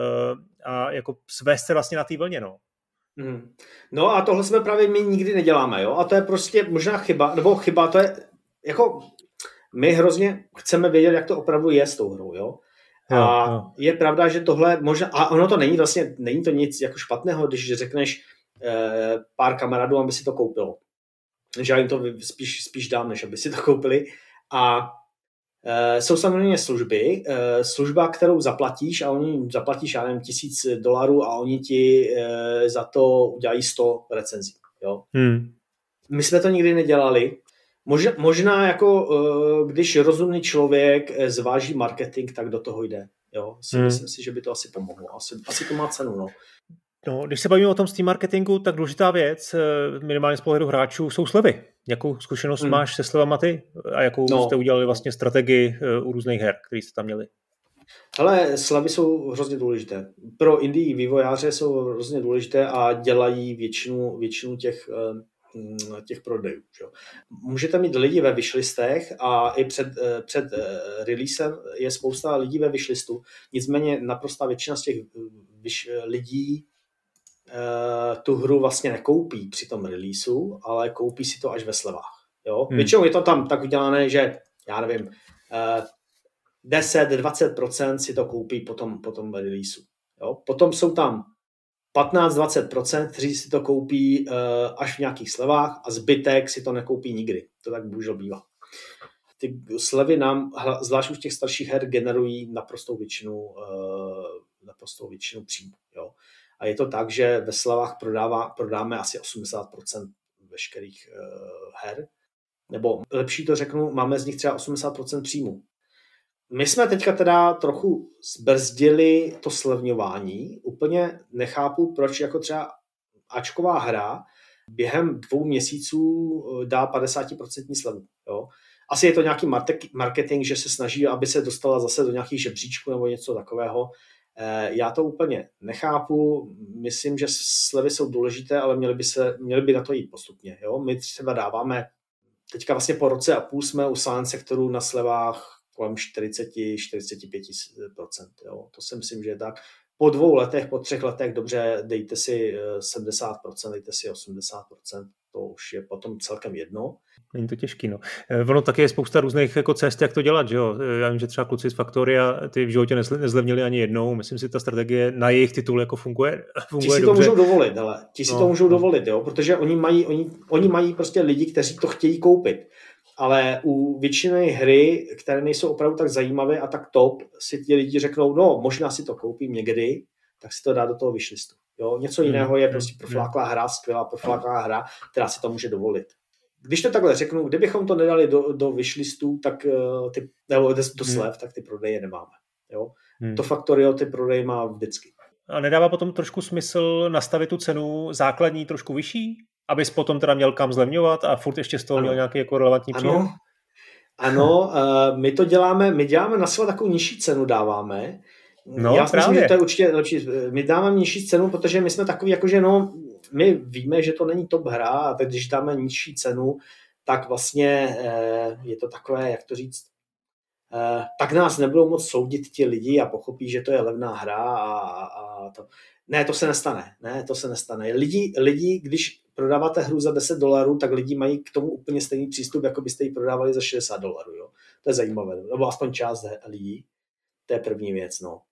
a jako svést se vlastně na té vlně, no. Hmm. No a tohle jsme právě my nikdy neděláme, jo, a to je prostě možná chyba, nebo chyba, to je jako, my hrozně chceme vědět, jak to opravdu je s tou hrou, jo. A jo, jo. Je pravda, že tohle možná, a ono to není vlastně, není to nic jako špatného, když řekneš eh, pár kamarádů, aby si to koupilo. Že já jim to spíš, spíš dám, než aby si to koupili. A e, jsou samozřejmě služby. E, služba, kterou zaplatíš a oni zaplatíš, já nevím, tisíc dolarů a oni ti e, za to udělají sto recenzí. Jo? Hmm. My jsme to nikdy nedělali. Možná, možná jako e, když rozumný člověk zváží marketing, tak do toho jde. Jo? Hmm. Myslím si, že by to asi pomohlo. Asi, asi to má cenu, no. No, když se bavíme o tom Steam marketingu, tak důležitá věc, minimálně z pohledu hráčů, jsou slevy. Jakou zkušenost hmm. máš se slevama ty? A jakou no. jste udělali vlastně strategii u různých her, které jste tam měli? Hele, slevy jsou hrozně důležité. Pro indie vývojáře jsou hrozně důležité a dělají většinu, většinu těch, těch prodejů. Že? Můžete mít lidi ve wishlistech a i před, před releasem je spousta lidí ve wishlistu. Nicméně naprostá většina z těch lidí tu hru vlastně nekoupí při tom releaseu, ale koupí si to až ve slevách. Jo? Hmm. Většinou je to tam tak udělané, že já nevím, deset až dvacet procent si to koupí potom, potom releaseu. Jo? Potom jsou tam patnáct až dvacet procent, kteří si to koupí až v nějakých slevách a zbytek si to nekoupí nikdy. To tak bohužel bývá. Ty slevy nám, zvlášť už těch starších her, generují naprostou většinu, naprostou většinu příjmu. Jo? A je to tak, že ve slevách prodává, prodáme asi osmdesát procent veškerých uh, her. Nebo lepší to řeknu, máme z nich třeba osmdesát procent příjmu. My jsme teďka teda trochu zbrzdili to slevňování. Úplně nechápu, proč jako třeba áčková hra během dvou měsíců dá padesát procent slevu. Jo? Asi je to nějaký marketing, že se snaží, aby se dostala zase do nějakých žebříčků nebo něco takového. Já to úplně nechápu, myslím, že slevy jsou důležité, ale měly by, se, měly by na to jít postupně. Jo? My třeba dáváme, teďka vlastně po roce a půl jsme u Silent Sectoru na slevách kolem čtyřicet až čtyřicet pět procent. Jo? To si myslím, že je tak. Po dvou letech, po třech letech, dobře, dejte si sedmdesát procent, dejte si osmdesát procent. to už je potom celkem jedno. Není to těžký, no. Ono taky je spousta různých jako cest, jak to dělat, že jo. Já vím, že třeba kluci z Factoria ty v životě nezlevnili ani jednou. Myslím si, ta strategie na jejich titul jako funguje, funguje ti si dobře. to můžou dovolit, ale ti si no, to můžou no. dovolit, jo, protože oni mají, oni, oni mají prostě lidi, kteří to chtějí koupit. Ale u většiny hry, které nejsou opravdu tak zajímavé a tak top, si ti lidi řeknou, no, možná si to koupím někdy, tak si to dá do toho wishlistu. Jo, něco jiného je prostě profláklá hra, skvělá profláklá hra, která si to může dovolit. Když to takhle řeknu, kdybychom to nedali do, do wishlistů, tak ty, nebo do slev, tak ty prodeje nemáme. Jo? Hmm. To Factorio ty prodeje má vždycky. A nedává potom trošku smysl nastavit tu cenu základní trošku vyšší, abys potom teda měl kam zlevňovat a furt ještě z toho ano. měl nějaký jako relevantní příjem? Ano, ano uh, my to děláme, my děláme na své takovou nižší cenu dáváme. No, Já si myslím, že to je určitě lepší. My dáváme nižší cenu, protože my jsme takový, jakože no, my víme, že to není top hra a teď, když dáme nižší cenu, tak vlastně eh, je to takové, jak to říct, eh, tak nás nebudou moc soudit ti lidi a pochopí, že to je levná hra a, a to. Ne, to se nestane. Ne, to se nestane. Lidi, lidi, když prodáváte hru za deset dolarů, tak lidi mají k tomu úplně stejný přístup, jako byste ji prodávali za šedesát dolarů. Jo? To je zajímavé. Nebo aspoň část lidí. To je první věc, no.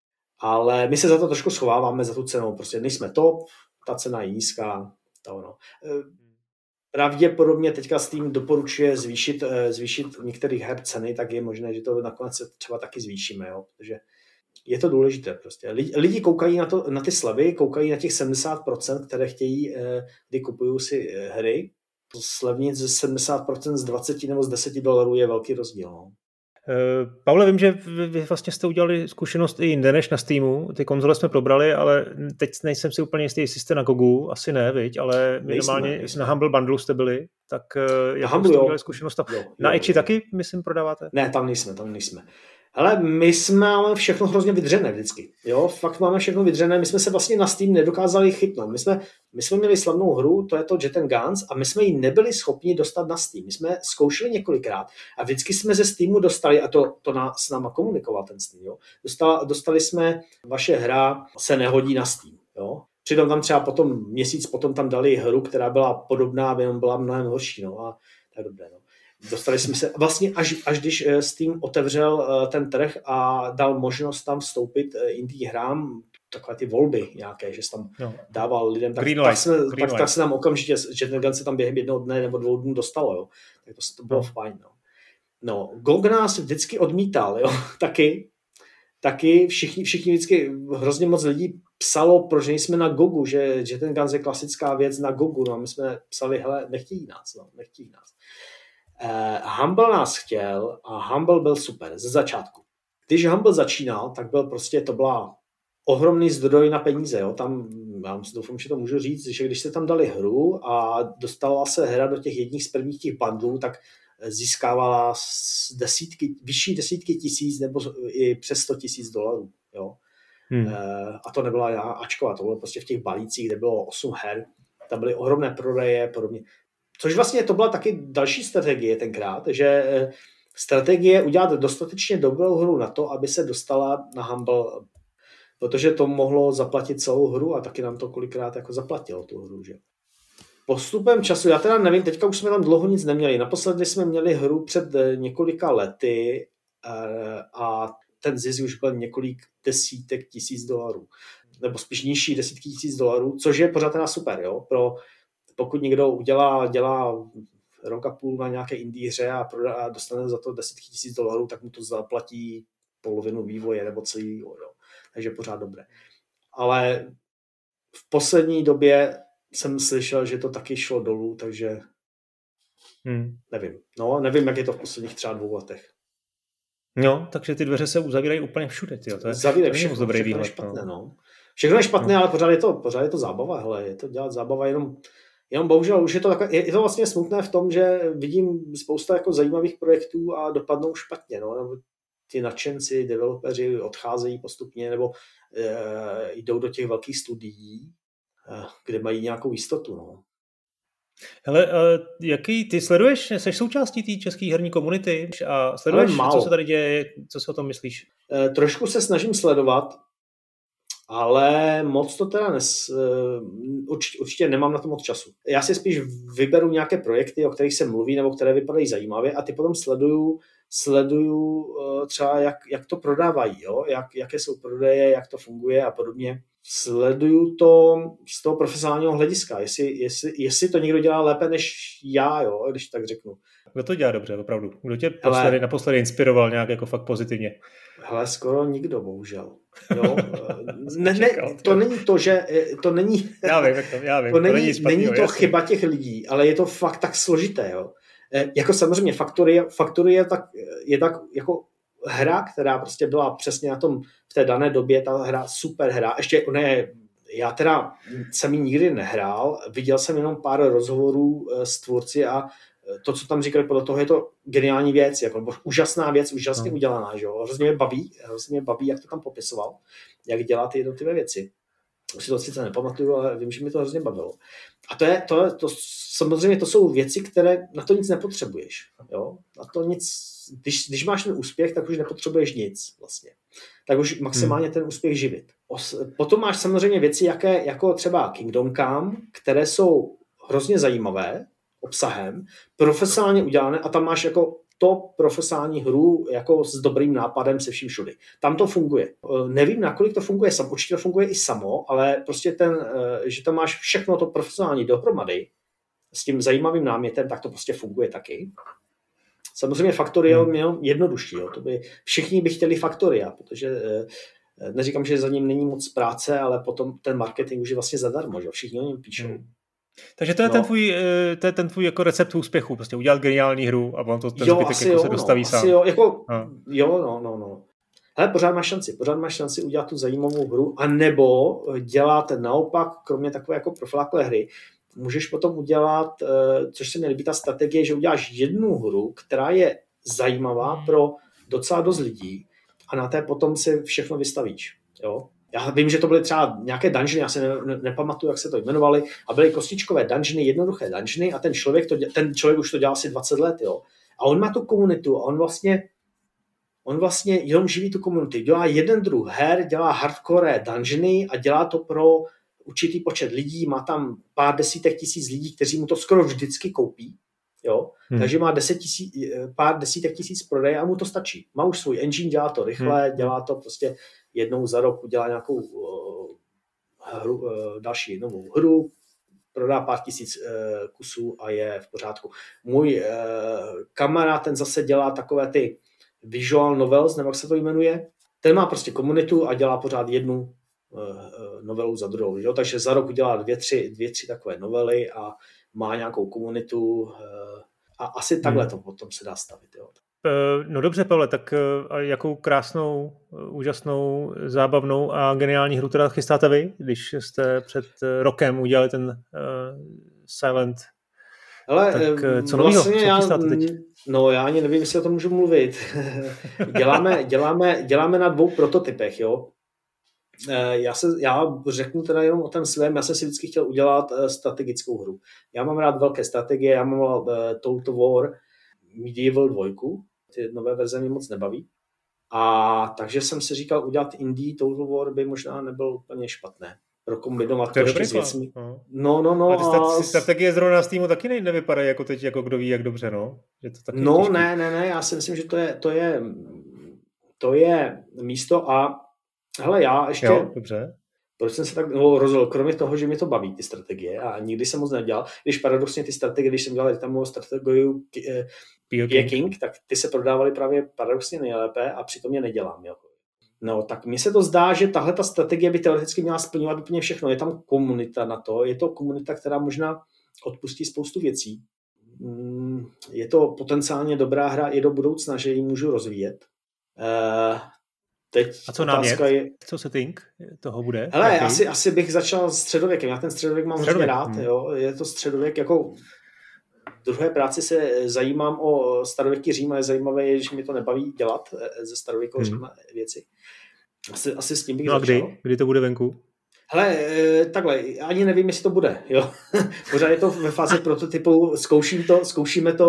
Ale my se za to trošku schováváme, za tu cenou. Prostě nejsme top, ta cena je nízká. To ono. Pravděpodobně teďka Steam doporučuje zvýšit, zvýšit některých her ceny, tak je možné, že to nakonec třeba taky zvýšíme, jo? Protože je to důležité prostě. Lidi, lidi koukají na, to, na ty slevy, koukají na těch sedmdesát procent, které chtějí, kdy kupují si hry. Slevnit ze sedmdesát procent z dvacet nebo z deset dolarů je velký rozdíl, no. Pavle, vím, že vy vlastně jste udělali zkušenost i jinde než na Steamu. Ty konzole jsme probrali, ale teď nejsem si úplně jistý, jestli jste na Gogu, asi ne, viď? Ale minimálně na Humble Bundle jste byli, tak jak jste udělali zkušenost? Jo, na Itchi taky, myslím, prodáváte? Ne, tam nejsme, tam nejsme. Ale my jsme máme všechno hrozně vydřené vždycky. Jo, fakt máme všechno vydřené. My jsme se vlastně na Steam nedokázali chytnout. My jsme, my jsme měli slavnou hru, to je to Jet and Guns, a my jsme ji nebyli schopni dostat na Steam. My jsme zkoušeli několikrát a vždycky jsme ze Steamu dostali, a to, to na, s náma komunikoval ten Steam, jo, dostali, dostali jsme, vaše hra se nehodí na Steam. Jo. Přitom tam třeba potom, měsíc potom tam dali hru, která byla podobná, jenom byla mnohem horší. No, a tak dobré, no. Dostali jsme se, vlastně až, až když Steam otevřel ten trh a dal možnost tam vstoupit indie hrám, takové ty volby nějaké, že jsi tam no. dával lidem, tak, tak, se, tak, tak se nám okamžitě, že ten se tam během jednoho dne nebo dvou dnů dostalo, jo. Tak to, to bylo no. fajn, no. No, G O G nás vždycky odmítal, jo, taky, taky všichni, všichni vždycky, hrozně moc lidí psalo, proč nejsme na Gogu, že, že ten Guns je klasická věc na Gogu, no a my jsme psali, hele, nechtějí nás, no, nechtějí nás. Uh, Humble nás chtěl a Humble byl super ze začátku. Když Humble začínal, tak byl prostě, to byla ohromný zdroj na peníze. Jo? Tam, já doufám, že to můžu říct, že když jste tam dali hru a dostala se hra do těch jedních z prvních těch bundlů, tak získávala desítky, vyšší desítky tisíc nebo i přes sto tisíc dolarů. Jo? Hmm. Uh, a to nebyla já ačková, to bylo prostě v těch balících, kde bylo osm her, tam byly ohromné prodeje, podobně. Což vlastně to byla taky další strategie tenkrát, že strategie udělat dostatečně dobrou hru na to, aby se dostala na Humble, protože to mohlo zaplatit celou hru a taky nám to kolikrát jako zaplatilo tu hru, že? Postupem času, já teda nevím, teďka už jsme tam dlouho nic neměli. Naposledy jsme měli hru před několika lety a ten zisk už byl několik desítek tisíc dolarů. Nebo spíš nižší desítky tisíc dolarů, což je pořád teda super, jo? Pro pokud někdo udělá, dělá rok a půl na nějaké indie hře a, prodá, a dostane za to desítky tisíc dolarů, tak mu to zaplatí polovinu vývoje nebo celý vývoj. Jo. Takže pořád dobré. Ale v poslední době jsem slyšel, že to taky šlo dolů, takže hmm. nevím. No, nevím, jak je to v posledních třeba dvou letech. No, takže ty dveře se uzavírají úplně všude. Tyjo. To je, Zavírají to všechno, dobrý všechno výhled, je špatné. No. No. Všechno je špatné, no. ale pořád je, to, pořád je to zábava. Hele, je to dělat zábava jenom Jenom bohužel už je to, takové, je to vlastně smutné v tom, že vidím spousta jako zajímavých projektů a dopadnou špatně. No? Ty nadšenci, developeři odcházejí postupně nebo e, jdou do těch velkých studií, e, kde mají nějakou jistotu. No. Hele, jaký ty sleduješ, jsi součástí té české herní komunity a sleduješ, co se tady děje, co si o tom myslíš? E, trošku se snažím sledovat. ale moc to teda nes, určitě, určitě nemám na to moc času. Já si spíš vyberu nějaké projekty, o kterých se mluví nebo které vypadají zajímavě a ty potom sleduju, sleduju třeba, jak, jak to prodávají, jo? Jak, jaké jsou prodeje, jak to funguje a podobně. Sleduju to z toho profesionálního hlediska, jestli, jestli, jestli to někdo dělá lépe než já, jo? Když tak řeknu. Kdo to dělá dobře, opravdu? Kdo tě posledy, naposledy inspiroval nějak jako fakt pozitivně? Hele, skoro nikdo, bohužel. Jo? Ne, ne, to není to, že to není, já vím, to, já vím, to není, to není, špatný, není to jasný. Chyba těch lidí, ale je to fakt tak složité. Jo? Jako samozřejmě Factory, Factory je tak, je tak jako hra, která prostě byla přesně na tom v té dané době, ta hra, super hra. Ještě ona je, já teda jsem ji nikdy nehrál, viděl jsem jenom pár rozhovorů s tvůrci a to, co tam říkali, podle toho je to geniální věc, jako úžasná věc, úžasně no. udělaná, že jo. Hrozně mě baví, hrozně mě baví, jak to tam popisoval, jak dělá ty jednotlivé věci. Už si to sice nepamatuju, ale vím, že mi to hrozně bavilo. A to je, to, je, to samozřejmě to jsou věci, které na to nic nepotřebuješ, jo. Na to nic, když, když máš ten úspěch, tak už nepotřebuješ nic vlastně. Tak už maximálně hmm. ten úspěch živit. Potom máš samozřejmě věci, jaké, jako třeba Kingdom Come, které jsou hrozně zajímavé, obsahem, profesionálně udělané a tam máš jako top profesionální hru jako s dobrým nápadem se vším všudy. Tam to funguje. Nevím, nakolik to funguje sam, určitě to funguje i samo, ale prostě ten, že tam máš všechno to profesionální dohromady s tím zajímavým námětem, tak to prostě funguje taky. Samozřejmě Factorio hmm. měl jednodušší. Jo. To by, všichni by chtěli Factoria, protože neříkám, že za ním není moc práce, ale potom ten marketing už je vlastně zadarmo, že všichni o něm píšou. Hmm. Takže to je, no. ten tvůj, to je ten tvůj jako recept úspěchu, prostě udělat geniální hru a on to ten jo, zbytek jako jo, se dostaví no, sám. Jo, jako, jo, no, no, no. Hele, pořád máš šanci, pořád máš šanci udělat tu zajímavou hru, anebo dělat naopak, kromě takové jako profláklé hry, můžeš potom udělat, což se mi líbí ta strategie, že uděláš jednu hru, která je zajímavá pro docela dost lidí a na té potom si všechno vystavíš, jo. Já vím, že to byly třeba nějaké dungeony, já se ne, ne, nepamatuju, jak se to jmenovali, a byly kostičkové dungeony, jednoduché dungeony a ten člověk, to, ten člověk už to dělal asi dvacet let, jo. A on má tu komunitu a on vlastně, on vlastně jenom živí tu komunitu. Dělá jeden druh her, dělá hardcore dungeony a dělá to pro určitý počet lidí, má tam pár desítek tisíc lidí, kteří mu to skoro vždycky koupí, jo. Hmm. Takže má deset tisíc, pár desítek tisíc prodeje a mu to stačí. Má už svůj engine, dělá to rychle, hmm. dělá to prostě jednou za rok, udělá nějakou uh, hru, uh, další novou hru, prodá pár tisíc uh, kusů a je v pořádku. Můj uh, kamarád, ten zase dělá takové ty visual novels, nebo jak se to jmenuje, ten má prostě komunitu a dělá pořád jednu uh, novelu za druhou. Jo? Takže za rok udělá dvě tři, dvě, tři takové novely a má nějakou komunitu uh, a asi takhle hmm. to potom se dá stavit. Jo? No dobře, Pavle, tak jakou krásnou, úžasnou, zábavnou a geniální hru teda chystáte vy, když jste před rokem udělali ten uh, Silent. Hele, tak co novýho? Vlastně co chystáte teď? No já ani nevím, jestli o tom můžu mluvit. děláme, děláme, děláme na dvou prototypech, jo. Já, se, já řeknu teda jenom o tom svém, já jsem si vždycky chtěl udělat strategickou hru. Já mám rád velké strategie, já mám rád Total War, Medieval dva, ty nové verze mě moc nebaví. A takže jsem si říkal, udělat indie Total War by možná nebylo úplně špatné. Prokombinovat to ještě s věcmi. No, no, no. no a ty strategie zrovna z týmu taky nevypadají jako teď, jako kdo ví, jak dobře, no? Že to taky no, ne, ne, ne, já si myslím, že to je, to je, to je místo a hele, já ještě... Jo, dobře. Proč jsem se tak no, rozhodl, kromě toho, že mě to baví, ty strategie, a nikdy jsem moc nedělal, když paradoxně ty strategie, když jsem dělal tam strategii King, King, tak ty se prodávaly právě paradoxně nejlépe a přitom je nedělám. Jo. No, tak mně se to zdá, že tahle ta strategie by teoreticky měla splňovat úplně všechno. Je tam komunita na to, je to komunita, která možná odpustí spoustu věcí. Je to potenciálně dobrá hra i do budoucna, že ji můžu rozvíjet. Uh, Teď a co námět? Je... Co setting toho bude? Hele, asi, asi bych začal středověkem. Já ten středověk mám hrozně rád. Hmm. Jo. Je to středověk jako... V druhé práci se zajímám o starověký Řím a je zajímavé, je, že mi to nebaví dělat ze starověkého hmm. Říma věci. Asi, asi s tím bych no začal. No a kdy? Kdy to bude venku? Hele, takhle, ani nevím, jestli to bude. Jo. Pořád je to ve fázi prototypu, zkouším to, zkoušíme to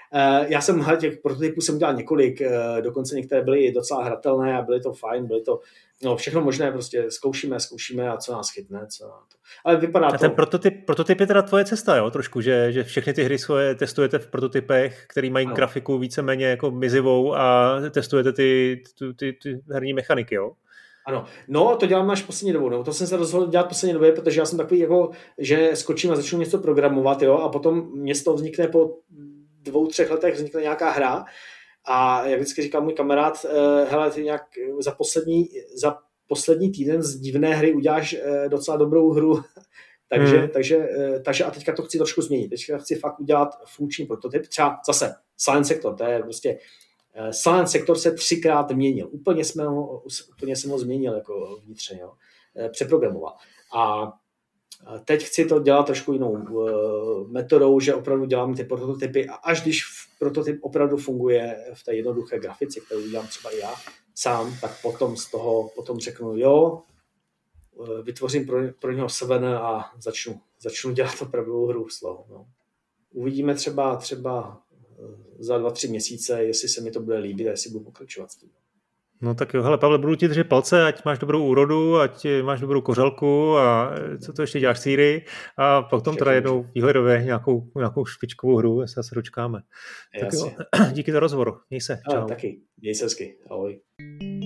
Já jsem těch prototypů jsem udělal několik, dokonce některé byly docela hratelné a byly to fajn, byly to no, všechno možné, prostě zkoušíme, zkoušíme a co nás chytne. Co to. Ale vypadá to... A ten prototyp, prototyp je teda tvoje cesta, jo, trošku, že, že všechny ty hry svoje testujete v prototypech, který mají ano. grafiku víceméně jako mizivou a testujete ty, ty, ty, ty herní mechaniky, jo? Ano, no to dělám až poslední dobou, no. To jsem se rozhodl dělat poslední době, protože já jsem takový jako, že skočím a začnu něco programovat, jo, a potom město vznikne po dvou, třech letech vznikne nějaká hra a jak vždycky říkal můj kamarád, hele, ty nějak za poslední, za poslední týden z divné hry uděláš docela dobrou hru, takže, hmm. takže, takže a teďka to chci trošku změnit, teďka chci fakt udělat funkční prototyp, třeba zase Silent Sector, to je prostě Silent Sector se třikrát měnil. Úplně, jsme ho, úplně jsem ho změnil jako vnitřně, jo. Přeprogramoval. A teď chci to dělat trošku jinou uh, metodou, že opravdu dělám ty prototypy a až když prototyp opravdu funguje v té jednoduché grafice, kterou dělám třeba i já sám, tak potom z toho potom řeknu, jo, vytvořím pro, pro něho seven a začnu, začnu dělat opravdu hru slovo. No. Uvidíme třeba, třeba za dva, tři měsíce, jestli se mi to bude líbit a jestli budu pokračovat s tím. No tak jo, hele Pavle, budu ti držet palce, ať máš dobrou úrodu, ať máš dobrou kořelku a co to ještě děláš síry a potom teda jednou výhledově nějakou, nějakou špičkovou hru, se zase dočkáme. Tak jo, díky za rozhovor, měj se, čau. Taky, měj se hezky, ahoj.